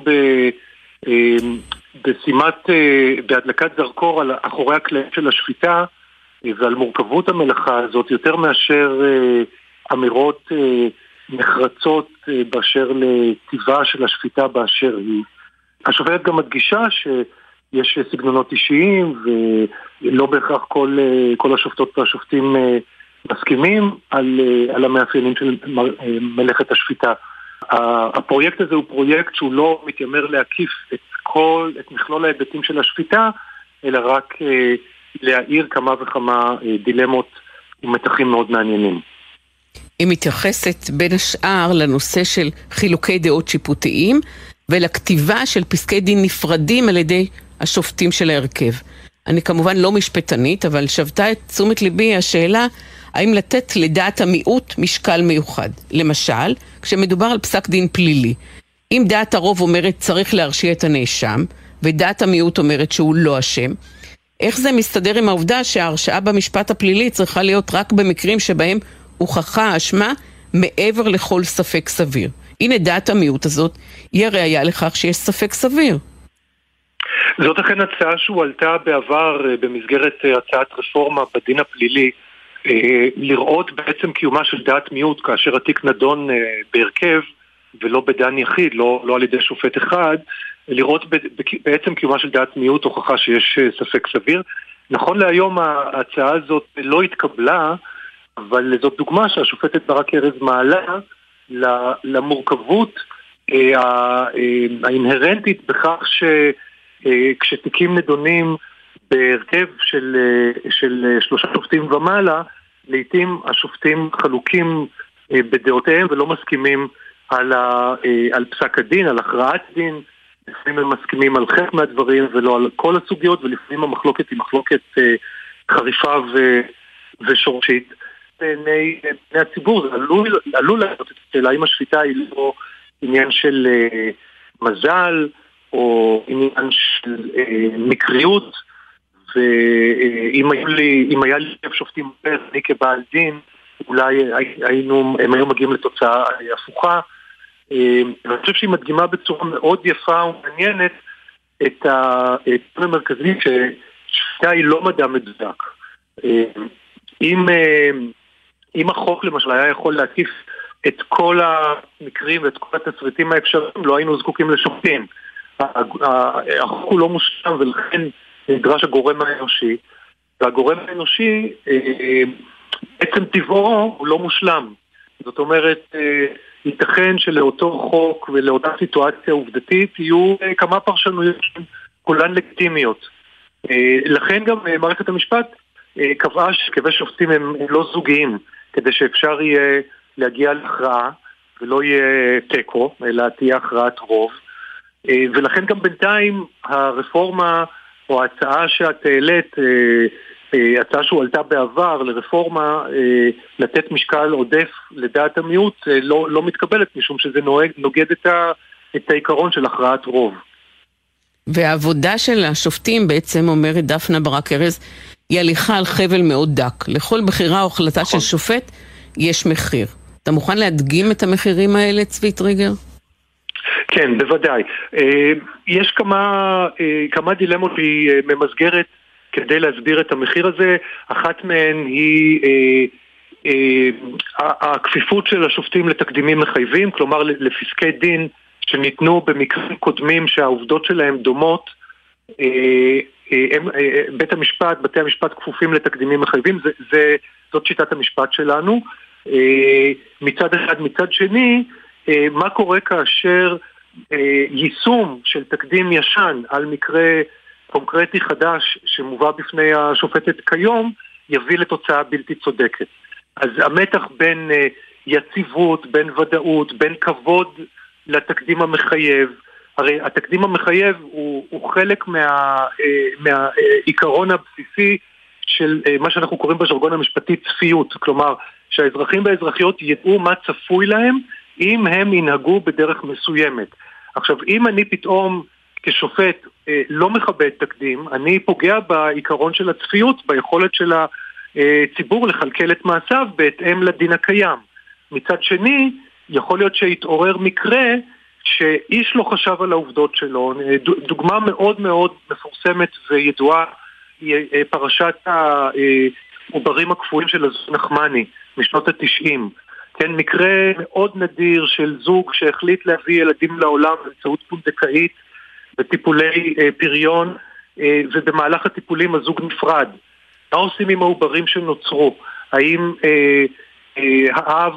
בהדלקת זרקור על אחורי הקלעים של השפיטה ועל מורכבות המלאכה הזאת, יותר מאשר אמירות נחרצות באשר לטבעה של השפיטה באשר היא. השופטת גם מדגישה שיש סגנונות אישיים ולא בהכרח כל השופטות והשופטים מסכימים על המאפיינים של מלאכת השפיטה. הפרויקט הזה הוא פרויקט שהוא לא מתיימר להקיף את מכלול ההיבטים של השפיטה, אלא רק להעיר כמה וכמה דילמות ומתחים מאוד מעניינים. היא מתייחסת בין השאר לנושא של חילוקי דעות שיפוטיים ולכתיבה של פסקי דין נפרדים על ידי השופטים של ההרכב. אני כמובן לא משפטנית, אבל שבתה את תשומת ליבי השאלה האם לתת לדעת המיעוט משקל מיוחד. למשל, כשמדובר על פסק דין פלילי, אם דעת הרוב אומרת צריך להרשיע את הנאשם, ודעת המיעוט אומרת שהוא לא אשם, איך זה מסתדר עם העובדה שההרשעה במשפט הפלילי צריכה להיות רק במקרים שבהם הוכחה אשמה מעבר לכל ספק סביר? הנה דעת המיעוט הזאת היא הראיה לכך שיש ספק סביר. זאת אכן הצעה שהועלתה בעבר במסגרת הצעת רפורמה בדין הפלילי, לראות בעצם קיומה של דעת מיעוט כאשר התיק נדון בהרכב ולא בדן יחיד, לא על ידי שופט אחד, לראות בעצם קיומה של דעת מיעוט הוכחה שיש ספק סביר. נכון להיום ההצעה הזאת לא התקבלה, אבל זאת דוגמה שהשופטת ברק ארז מעלה למורכבות האינהרנטית בכך שכשתיקים נדונים בהרכב של 3 שופטים ומעלה, לעתים השופטים חלוקים בדעותיהם ולא מסכימים על פסק הדין, על הכרעת דין. לפעמים הם מסכימים על חלק מהדברים ולא על כל הסוגיות, ולפעמים המחלוקת היא מחלוקת חריפה ושורשית. בעיני הציבור זה עלול לעשות את השאלה אם השפיטה היא לא עניין של מזל או עניין של מקריות, ואם היה לי שופטים אחר, אני כבעל דין, אולי הם היו מגיעים לתוצאה הפוכה. אני חושב שהיא מדגימה בצורה מאוד יפה ומעניינת את העניין המרכזי ששפיטה היא לא מדע מדויק. אם החוק למשל היה יכול להקיף את כל המקרים ואת כל התסריטים האפשריים, לא היינו זקוקים לשופטים. החוק הוא לא מושלם ולכן נדרש הגורם האנושי, והגורם האנושי בעצם טבעו הוא לא מושלם. זאת אומרת, ייתכן שלאותו חוק ולאותה סיטואציה עובדתית יהיו כמה פרשנויות כולן לגיטימיות. לכן גם מערכת המשפט קבעה שקווי שופטים הם לא זוגיים, כדי שאפשר יהיה להגיע להכרעה ולא יהיה טקו, אלא תהיה הכרעת רוב. ולכן גם בינתיים הרפורמה או ההצעה שאת העלית, הצעה שהועלתה בעבר לרפורמה לתת משקל עודף לדעת המיעוט, לא מתקבלת, משום שזה נוגד את העיקרון של הכרעת רוב. והעבודה של השופטים בעצם, אומרת דפנה ברק ארז, היא הליכה על חבל מאוד דק. לכל בחירה או החלטה של שופט יש מחיר. אתה מוכן להדגים את המחירים האלה, צבי טריגר? כן, בוודאי. יש כמה דילמות שהיא ממסגרת כדי להסביר את המחיר הזה. אחת מהן היא הכפיפות של השופטים לתקדימים מחייבים, כלומר לפסקי דין שניתנו במקרים קודמים שהעובדות שלהם דומות. בתי המשפט כפופים לתקדימים מחייבים, זאת שיטת המשפט שלנו. מצד אחד, מצד שני, מה קורה כאשר יישום של תקדים ישן על מקרה קונקרטי חדש שמובא בפני השופטת כיום יביא לתוצאה בלתי צודקת. אז המתח בין יציבות, בין ודאות, בין כבוד לתקדים המחייב, הרי התקדים המחייב הוא חלק מהעיקרון הבסיסי של מה שאנחנו קוראים בז'רגון המשפטי צפיות, כלומר שהאזרחים והאזרחיות ידעו מה צפוי להם אם הם ינהגו בדרך מסוימת. עכשיו, אם אני פתאום כשופט לא מכבד תקדים, אני פוגע בעיקרון של הצפיות, ביכולת של הציבור לכלכל את מעשיו בהתאם לדין הקיים. מצד שני, יכול להיות שהתעורר מקרה שאיש לא חשב על העובדות שלו. דוגמה מאוד מאוד מפורסמת וידועה היא פרשת העוברים הקפואים של הזוג נחמני משנות ה-90. כן, מקרה מאוד נדיר של זוג שהחליט להביא ילדים לעולם באמצעות פונדקאית וטיפולי פריון, ובמהלך הטיפולים הזוג נפרד. מה עושים עם העוברים שנוצרו? האם האב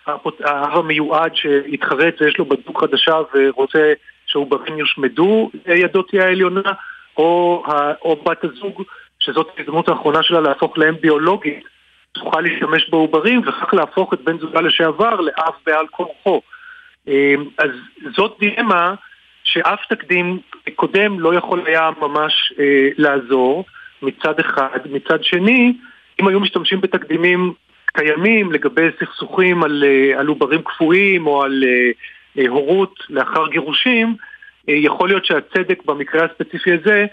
המיועד שהתחרט ויש לו בת זוג חדשה ורוצה שהעוברים יושמדו, ידו תהיה העליונה, או בת הזוג שזאת ההזדמנות האחרונה שלה להפוך להם ביולוגית, תוכל להשתמש בעוברים וכך להפוך את בן זוגה לשעבר לאב בעל כורחו. אז זאת דילמה שאף תקדים קודם לא יכול היה ממש לעזור מצד אחד. מצד שני, אם היו משתמשים בתקדימים קיימים לגבי סכסוכים על עוברים קפואים או על הורות לאחר גירושים, יכול להיות שהצדק במקרה הספציפי הזה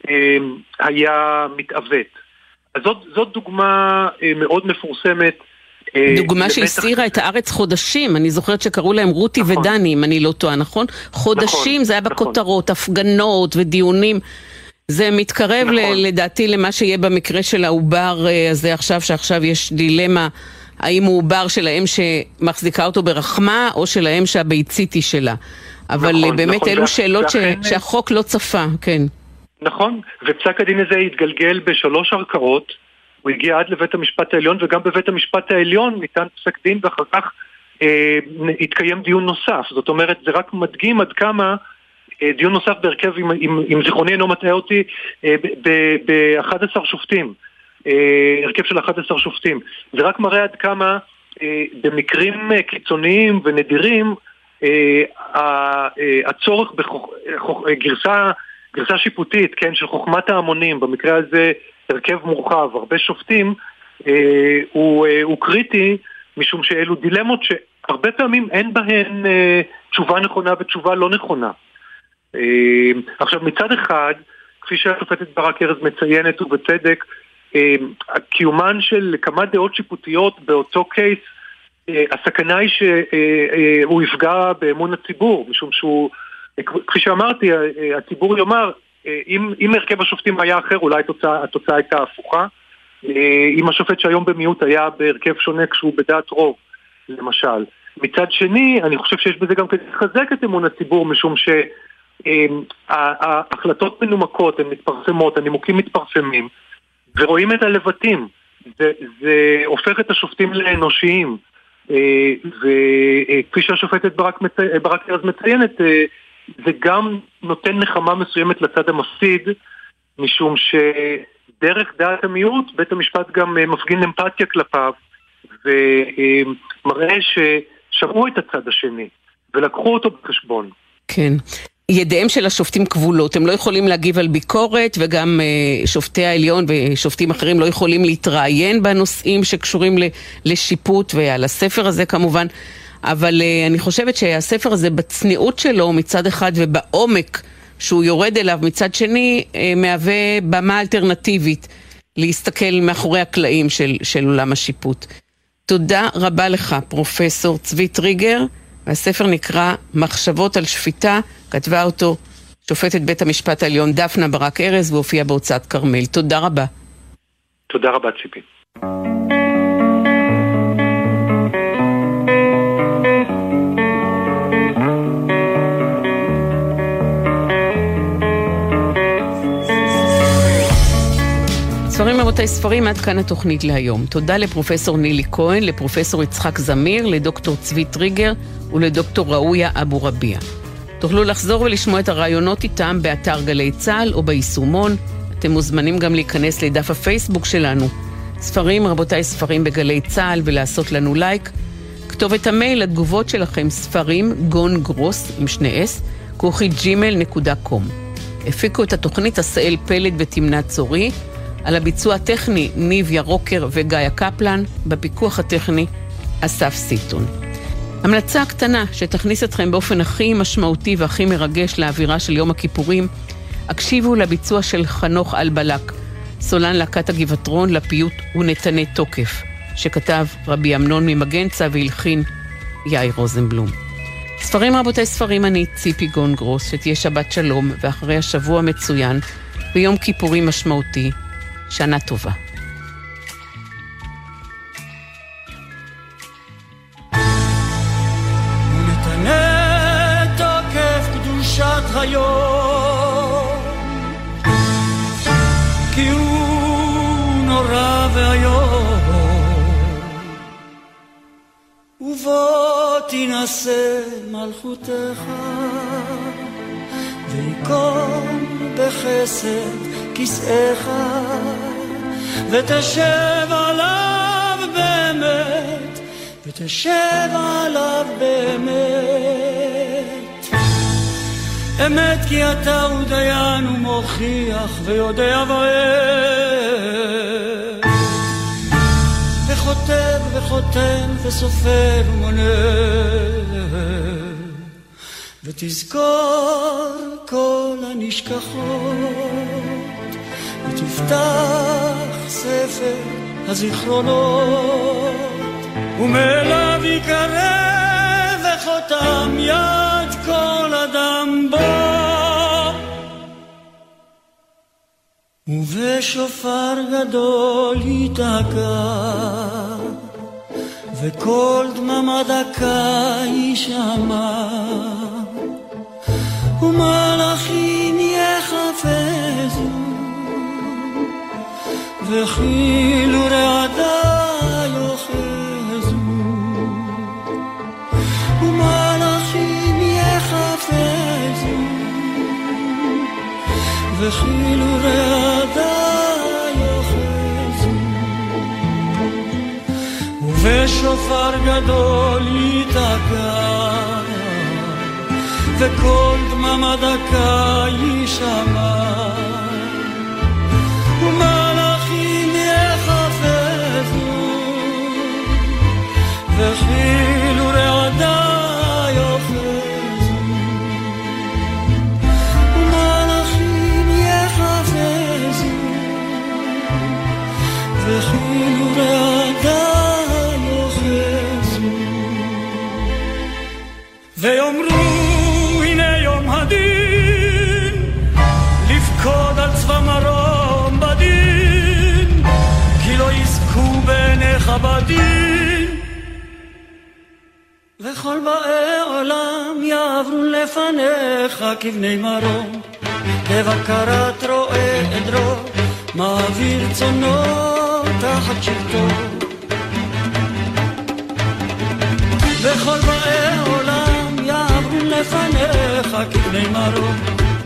היה מתעוות. אז זאת דוגמה מאוד מפורסמת. דוגמה שהסירה את הארץ חודשים. אני זוכרת שקראו להם רותי ודני, אם אני לא טועה, נכון? חודשים זה היה בכותרות, הפגנות ודיונים. זה מתקרב לדעתי למה שיהיה במקרה של העובר הזה עכשיו, שעכשיו יש דילמה, האם הוא עובר של האם שמחזיקה אותו ברחמה, או של האם שהביצית היא שלה. אבל באמת אלו שאלות שהחוק לא צפה, כן. נכון, ופסק הדין הזה התגלגל בשלוש ערכאות, הוא הגיע עד לבית המשפט העליון, וגם בבית המשפט העליון ניתן פסק דין, ואחר כך התקיים דיון נוסף. זאת אומרת, זה רק מדגים עד כמה דיון נוסף בהרכב, אם זיכרוני אינו מטעה אותי, ב-11 שופטים, הרכב של 11 שופטים. זה רק מראה עד כמה במקרים קיצוניים ונדירים, הצורך גרסה שיפוטית, כן, של חוכמת ההמונים, במקרה הזה הרכב מורחב, הרבה שופטים, הוא קריטי, משום שאלו דילמות שהרבה פעמים אין בהן תשובה נכונה ותשובה לא נכונה. עכשיו, מצד אחד, כפי שהשופטת ברק ארז מציינת ובצדק, קיומן של כמה דעות שיפוטיות באותו קייס, הסכנה היא שהוא יפגע באמון הציבור, משום שהוא, כפי שאמרתי, הציבור יאמר, אם הרכב השופטים היה אחר, אולי התוצאה הייתה הפוכה. אם השופט שהיום במיעוט היה בהרכב שונה כשהוא בדעת רוב, למשל. מצד שני, אני חושב שיש בזה גם כדי לחזק את אמון הציבור, משום שההחלטות מנומקות, הן מתפרסמות, הנימוקים מתפרסמים, ורואים את הלבטים. זה הופך את השופטים לאנושיים. וכפי שהשופטת ברק ארז מציינת, זה גם נותן נחמה מסוימת לצד המפסיד, משום שדרך דעת המיעוט, בית המשפט גם מפגין אמפתיה כלפיו, ומראה ששמעו את הצד השני, ולקחו אותו בחשבון. כן. ידיהם של השופטים כבולות, הם לא יכולים להגיב על ביקורת, וגם שופטי העליון ושופטים אחרים לא יכולים להתראיין בנושאים שקשורים לשיפוט, ועל הספר הזה כמובן, אבל אני חושבת שהספר הזה בצניעות שלו מצד אחד ובעומק שהוא יורד אליו מצד שני, מהווה במה אלטרנטיבית להסתכל מאחורי הקלעים של עולם השיפוט. תודה רבה לך, פרופסור צבי טריגר, והספר נקרא מחשבות על שפיטה, כתבה אותו שופטת בית המשפט העליון דפנה ברק ארז, והופיע בהוצאת כרמל. תודה רבה. תודה רבה, ציפי. ספרים רבותיי, ספרים, עד כאן התוכנית להיום. תודה לפרופסור נילי כהן, לפרופסור יצחק זמיר, לדוקטור צבי טריגר ולדוקטור ראויה אבו רביע. תוכלו לחזור ולשמוע את הרעיונות איתם באתר גלי צהל או ביישומון. אתם מוזמנים גם להיכנס לדף הפייסבוק שלנו. ספרים רבותיי, ספרים בגלי צהל, ולעשות לנו לייק. כתובת המייל לתגובות שלכם, ספרים גון גרוס עם 2S @gmail.com. הפיקו את התוכנית עשאל פלד ותמנת צורי. על הביצוע הטכני ניב ירוקר וגיא קפלן, בפיקוח הטכני אסף סיטון. המלצה קטנה שתכניס אתכם באופן הכי משמעותי והכי מרגש לאווירה של יום הכיפורים, הקשיבו לביצוע של חנוך אלבלק, סולן להקת הגבעתרון, לפיוט ונתנה תוקף, שכתב רבי אמנון ממגנצה והלחין יאיר רוזנבלום. ספרים רבותי ספרים, אני ציפי גונגרוס, שתהיה שבת שלום ואחרי השבוע מצוין ויום כיפורים משמעותי, שנה טובה. ונתנה תוקף קדושת היום, כי הוא נורא והיום, ובוא תנסה מלכותך ויקום בחסד כסאך ותשב עליו באמת, ותשב עליו באמת. אמת כי אתה הוא דיין ומוכיח ויודע ועת, וחוטב וחותם וסופר ומונה, ותזכור כל הנשכחות, ותפתח ספר הזיכרונות, ומאליו יקרב וחותם יד כל אדם בו, ובשופר גדול יתקע, וכל דממה דקה יישמע, ומלאכים יחפזו, וכאילו רעדה יוחזו, ומלאכים יחפזו, וכאילו רעדה יוחזו, ובשופר גדול יתקע, וכל דממה דקה יישמע, ומלאכים יחפזו, וכאילו רעדה יוחזו, ומלאכים יחפזו, וכאילו רעדה יוחזו, ויאמרו הנה יום הדין, לפקוד על צבא מרום בדין, כי לא יזכו בעיניך בדין, וכל באי עולם יעברו לפניך כבני מרום, כבקרת רועה עדרו, מעביר צונו תחת שבטו, וכל באי עולם יעברו לפניך כבני מרום,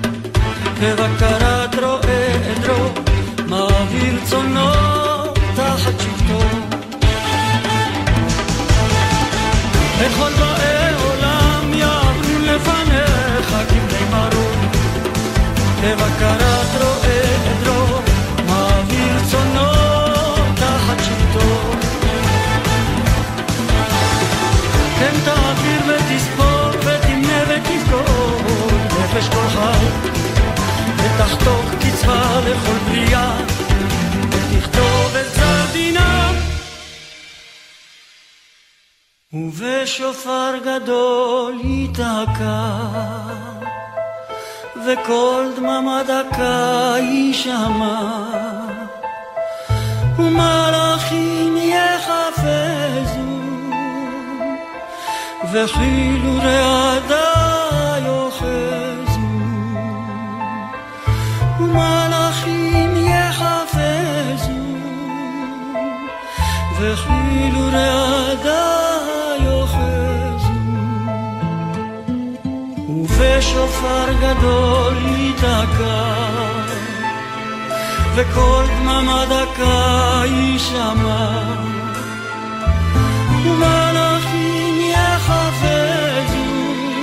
כבקרת רועה עדרו, מעביר צונו תחת שבטו, וכל באי עולם יעברו לפניך כבני מרום, כבקרת רועה עדרו, מעביר צונו תחת שבטו, כן תעביר ותספור ותמנה ותזכור נפש כל חי, ותחתוך קצבה לכל בריאה, ותכתוב את גזר דינם, ובשופר גדול יתקע, וכל דממה דקה יישמע, ומלאכים יחפזו, וכאילו רעדה יוחזו, ומלאכים יחפזו, וכאילו רעדה יוחזו, ובשופר גדול יתקע, וכל דממה דקה יישמע, ומלאכים יחפזו,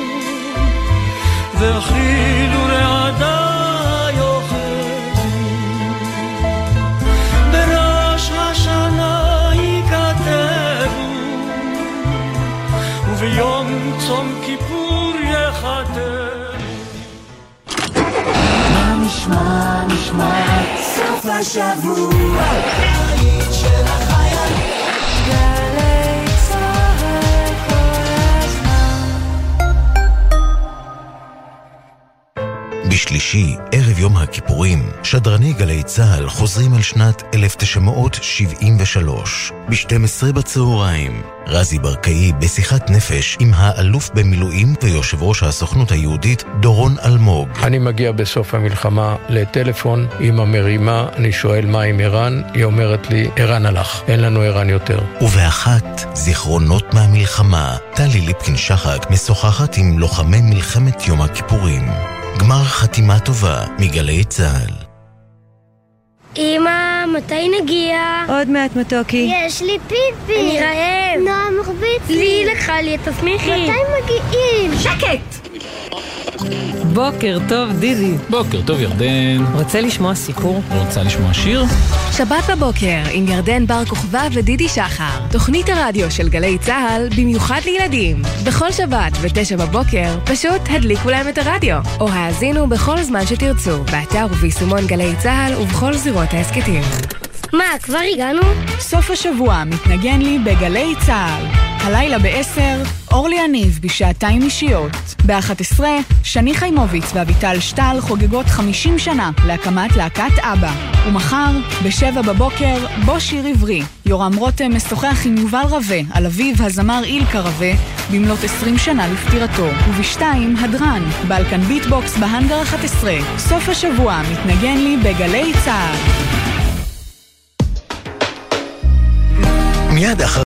וכאילו רעדה יוחזו, בראש השנה ייכתבו, וביום השבוע, הבית של החיילים. גלי צהל כל הזמן. בשלישי, ערב יום הכיפורים, שדרני גלי צהל חוזרים על שנת 1973. ב-12 בצהריים, רזי ברקאי בשיחת נפש עם האלוף במילואים ויושב ראש הסוכנות היהודית דורון אלמוג. אני מגיע בסוף המלחמה לטלפון עם המרימה, אני שואל מה עם איראן, היא אומרת לי, איראן הלך, אין לנו איראן יותר. ובאחת, זיכרונות מהמלחמה, טלי ליפקין שחק משוחחת עם לוחמי מלחמת יום הכיפורים. גמר חתימה טובה מגלי צהל. אמא, מתי נגיע? עוד מעט מתוקי. יש לי פיפי. אני רעב. נועם מחביץ לי. לך לי, תסמיכי. מתי מגיעים? שקט! בוקר טוב דידי. בוקר טוב ירדן. רוצה לשמוע סיפור? רוצה לשמוע שיר? שבת בבוקר עם ירדן בר כוכבא ודידי שחר. תוכנית הרדיו של גלי צהל במיוחד לילדים. בכל שבת ב9 בבוקר פשוט הדליקו להם את הרדיו. או האזינו בכל זמן שתרצו. באתר וביישומון גלי צהל ובכל זירות העסקתים. מה, כבר הגענו? סוף השבוע מתנגן לי בגלי צהל. הלילה ב10, אורלי יניב בשעתיים אישיות. ב11, שני חיימוביץ ואביטל שטל חוגגות 50 שנה להקמת להקת אבא. ומחר, ב7 בבוקר, בו שיר עברי. יורם רותם משוחח עם יובל רווה על אביו הזמר אילקה רווה במלאת 20 שנה לפטירתו. וב2, הדרן, בלקן ביטבוקס בהנגר 11. סוף השבוע מתנגן לי בגלי צהל. מיד אחר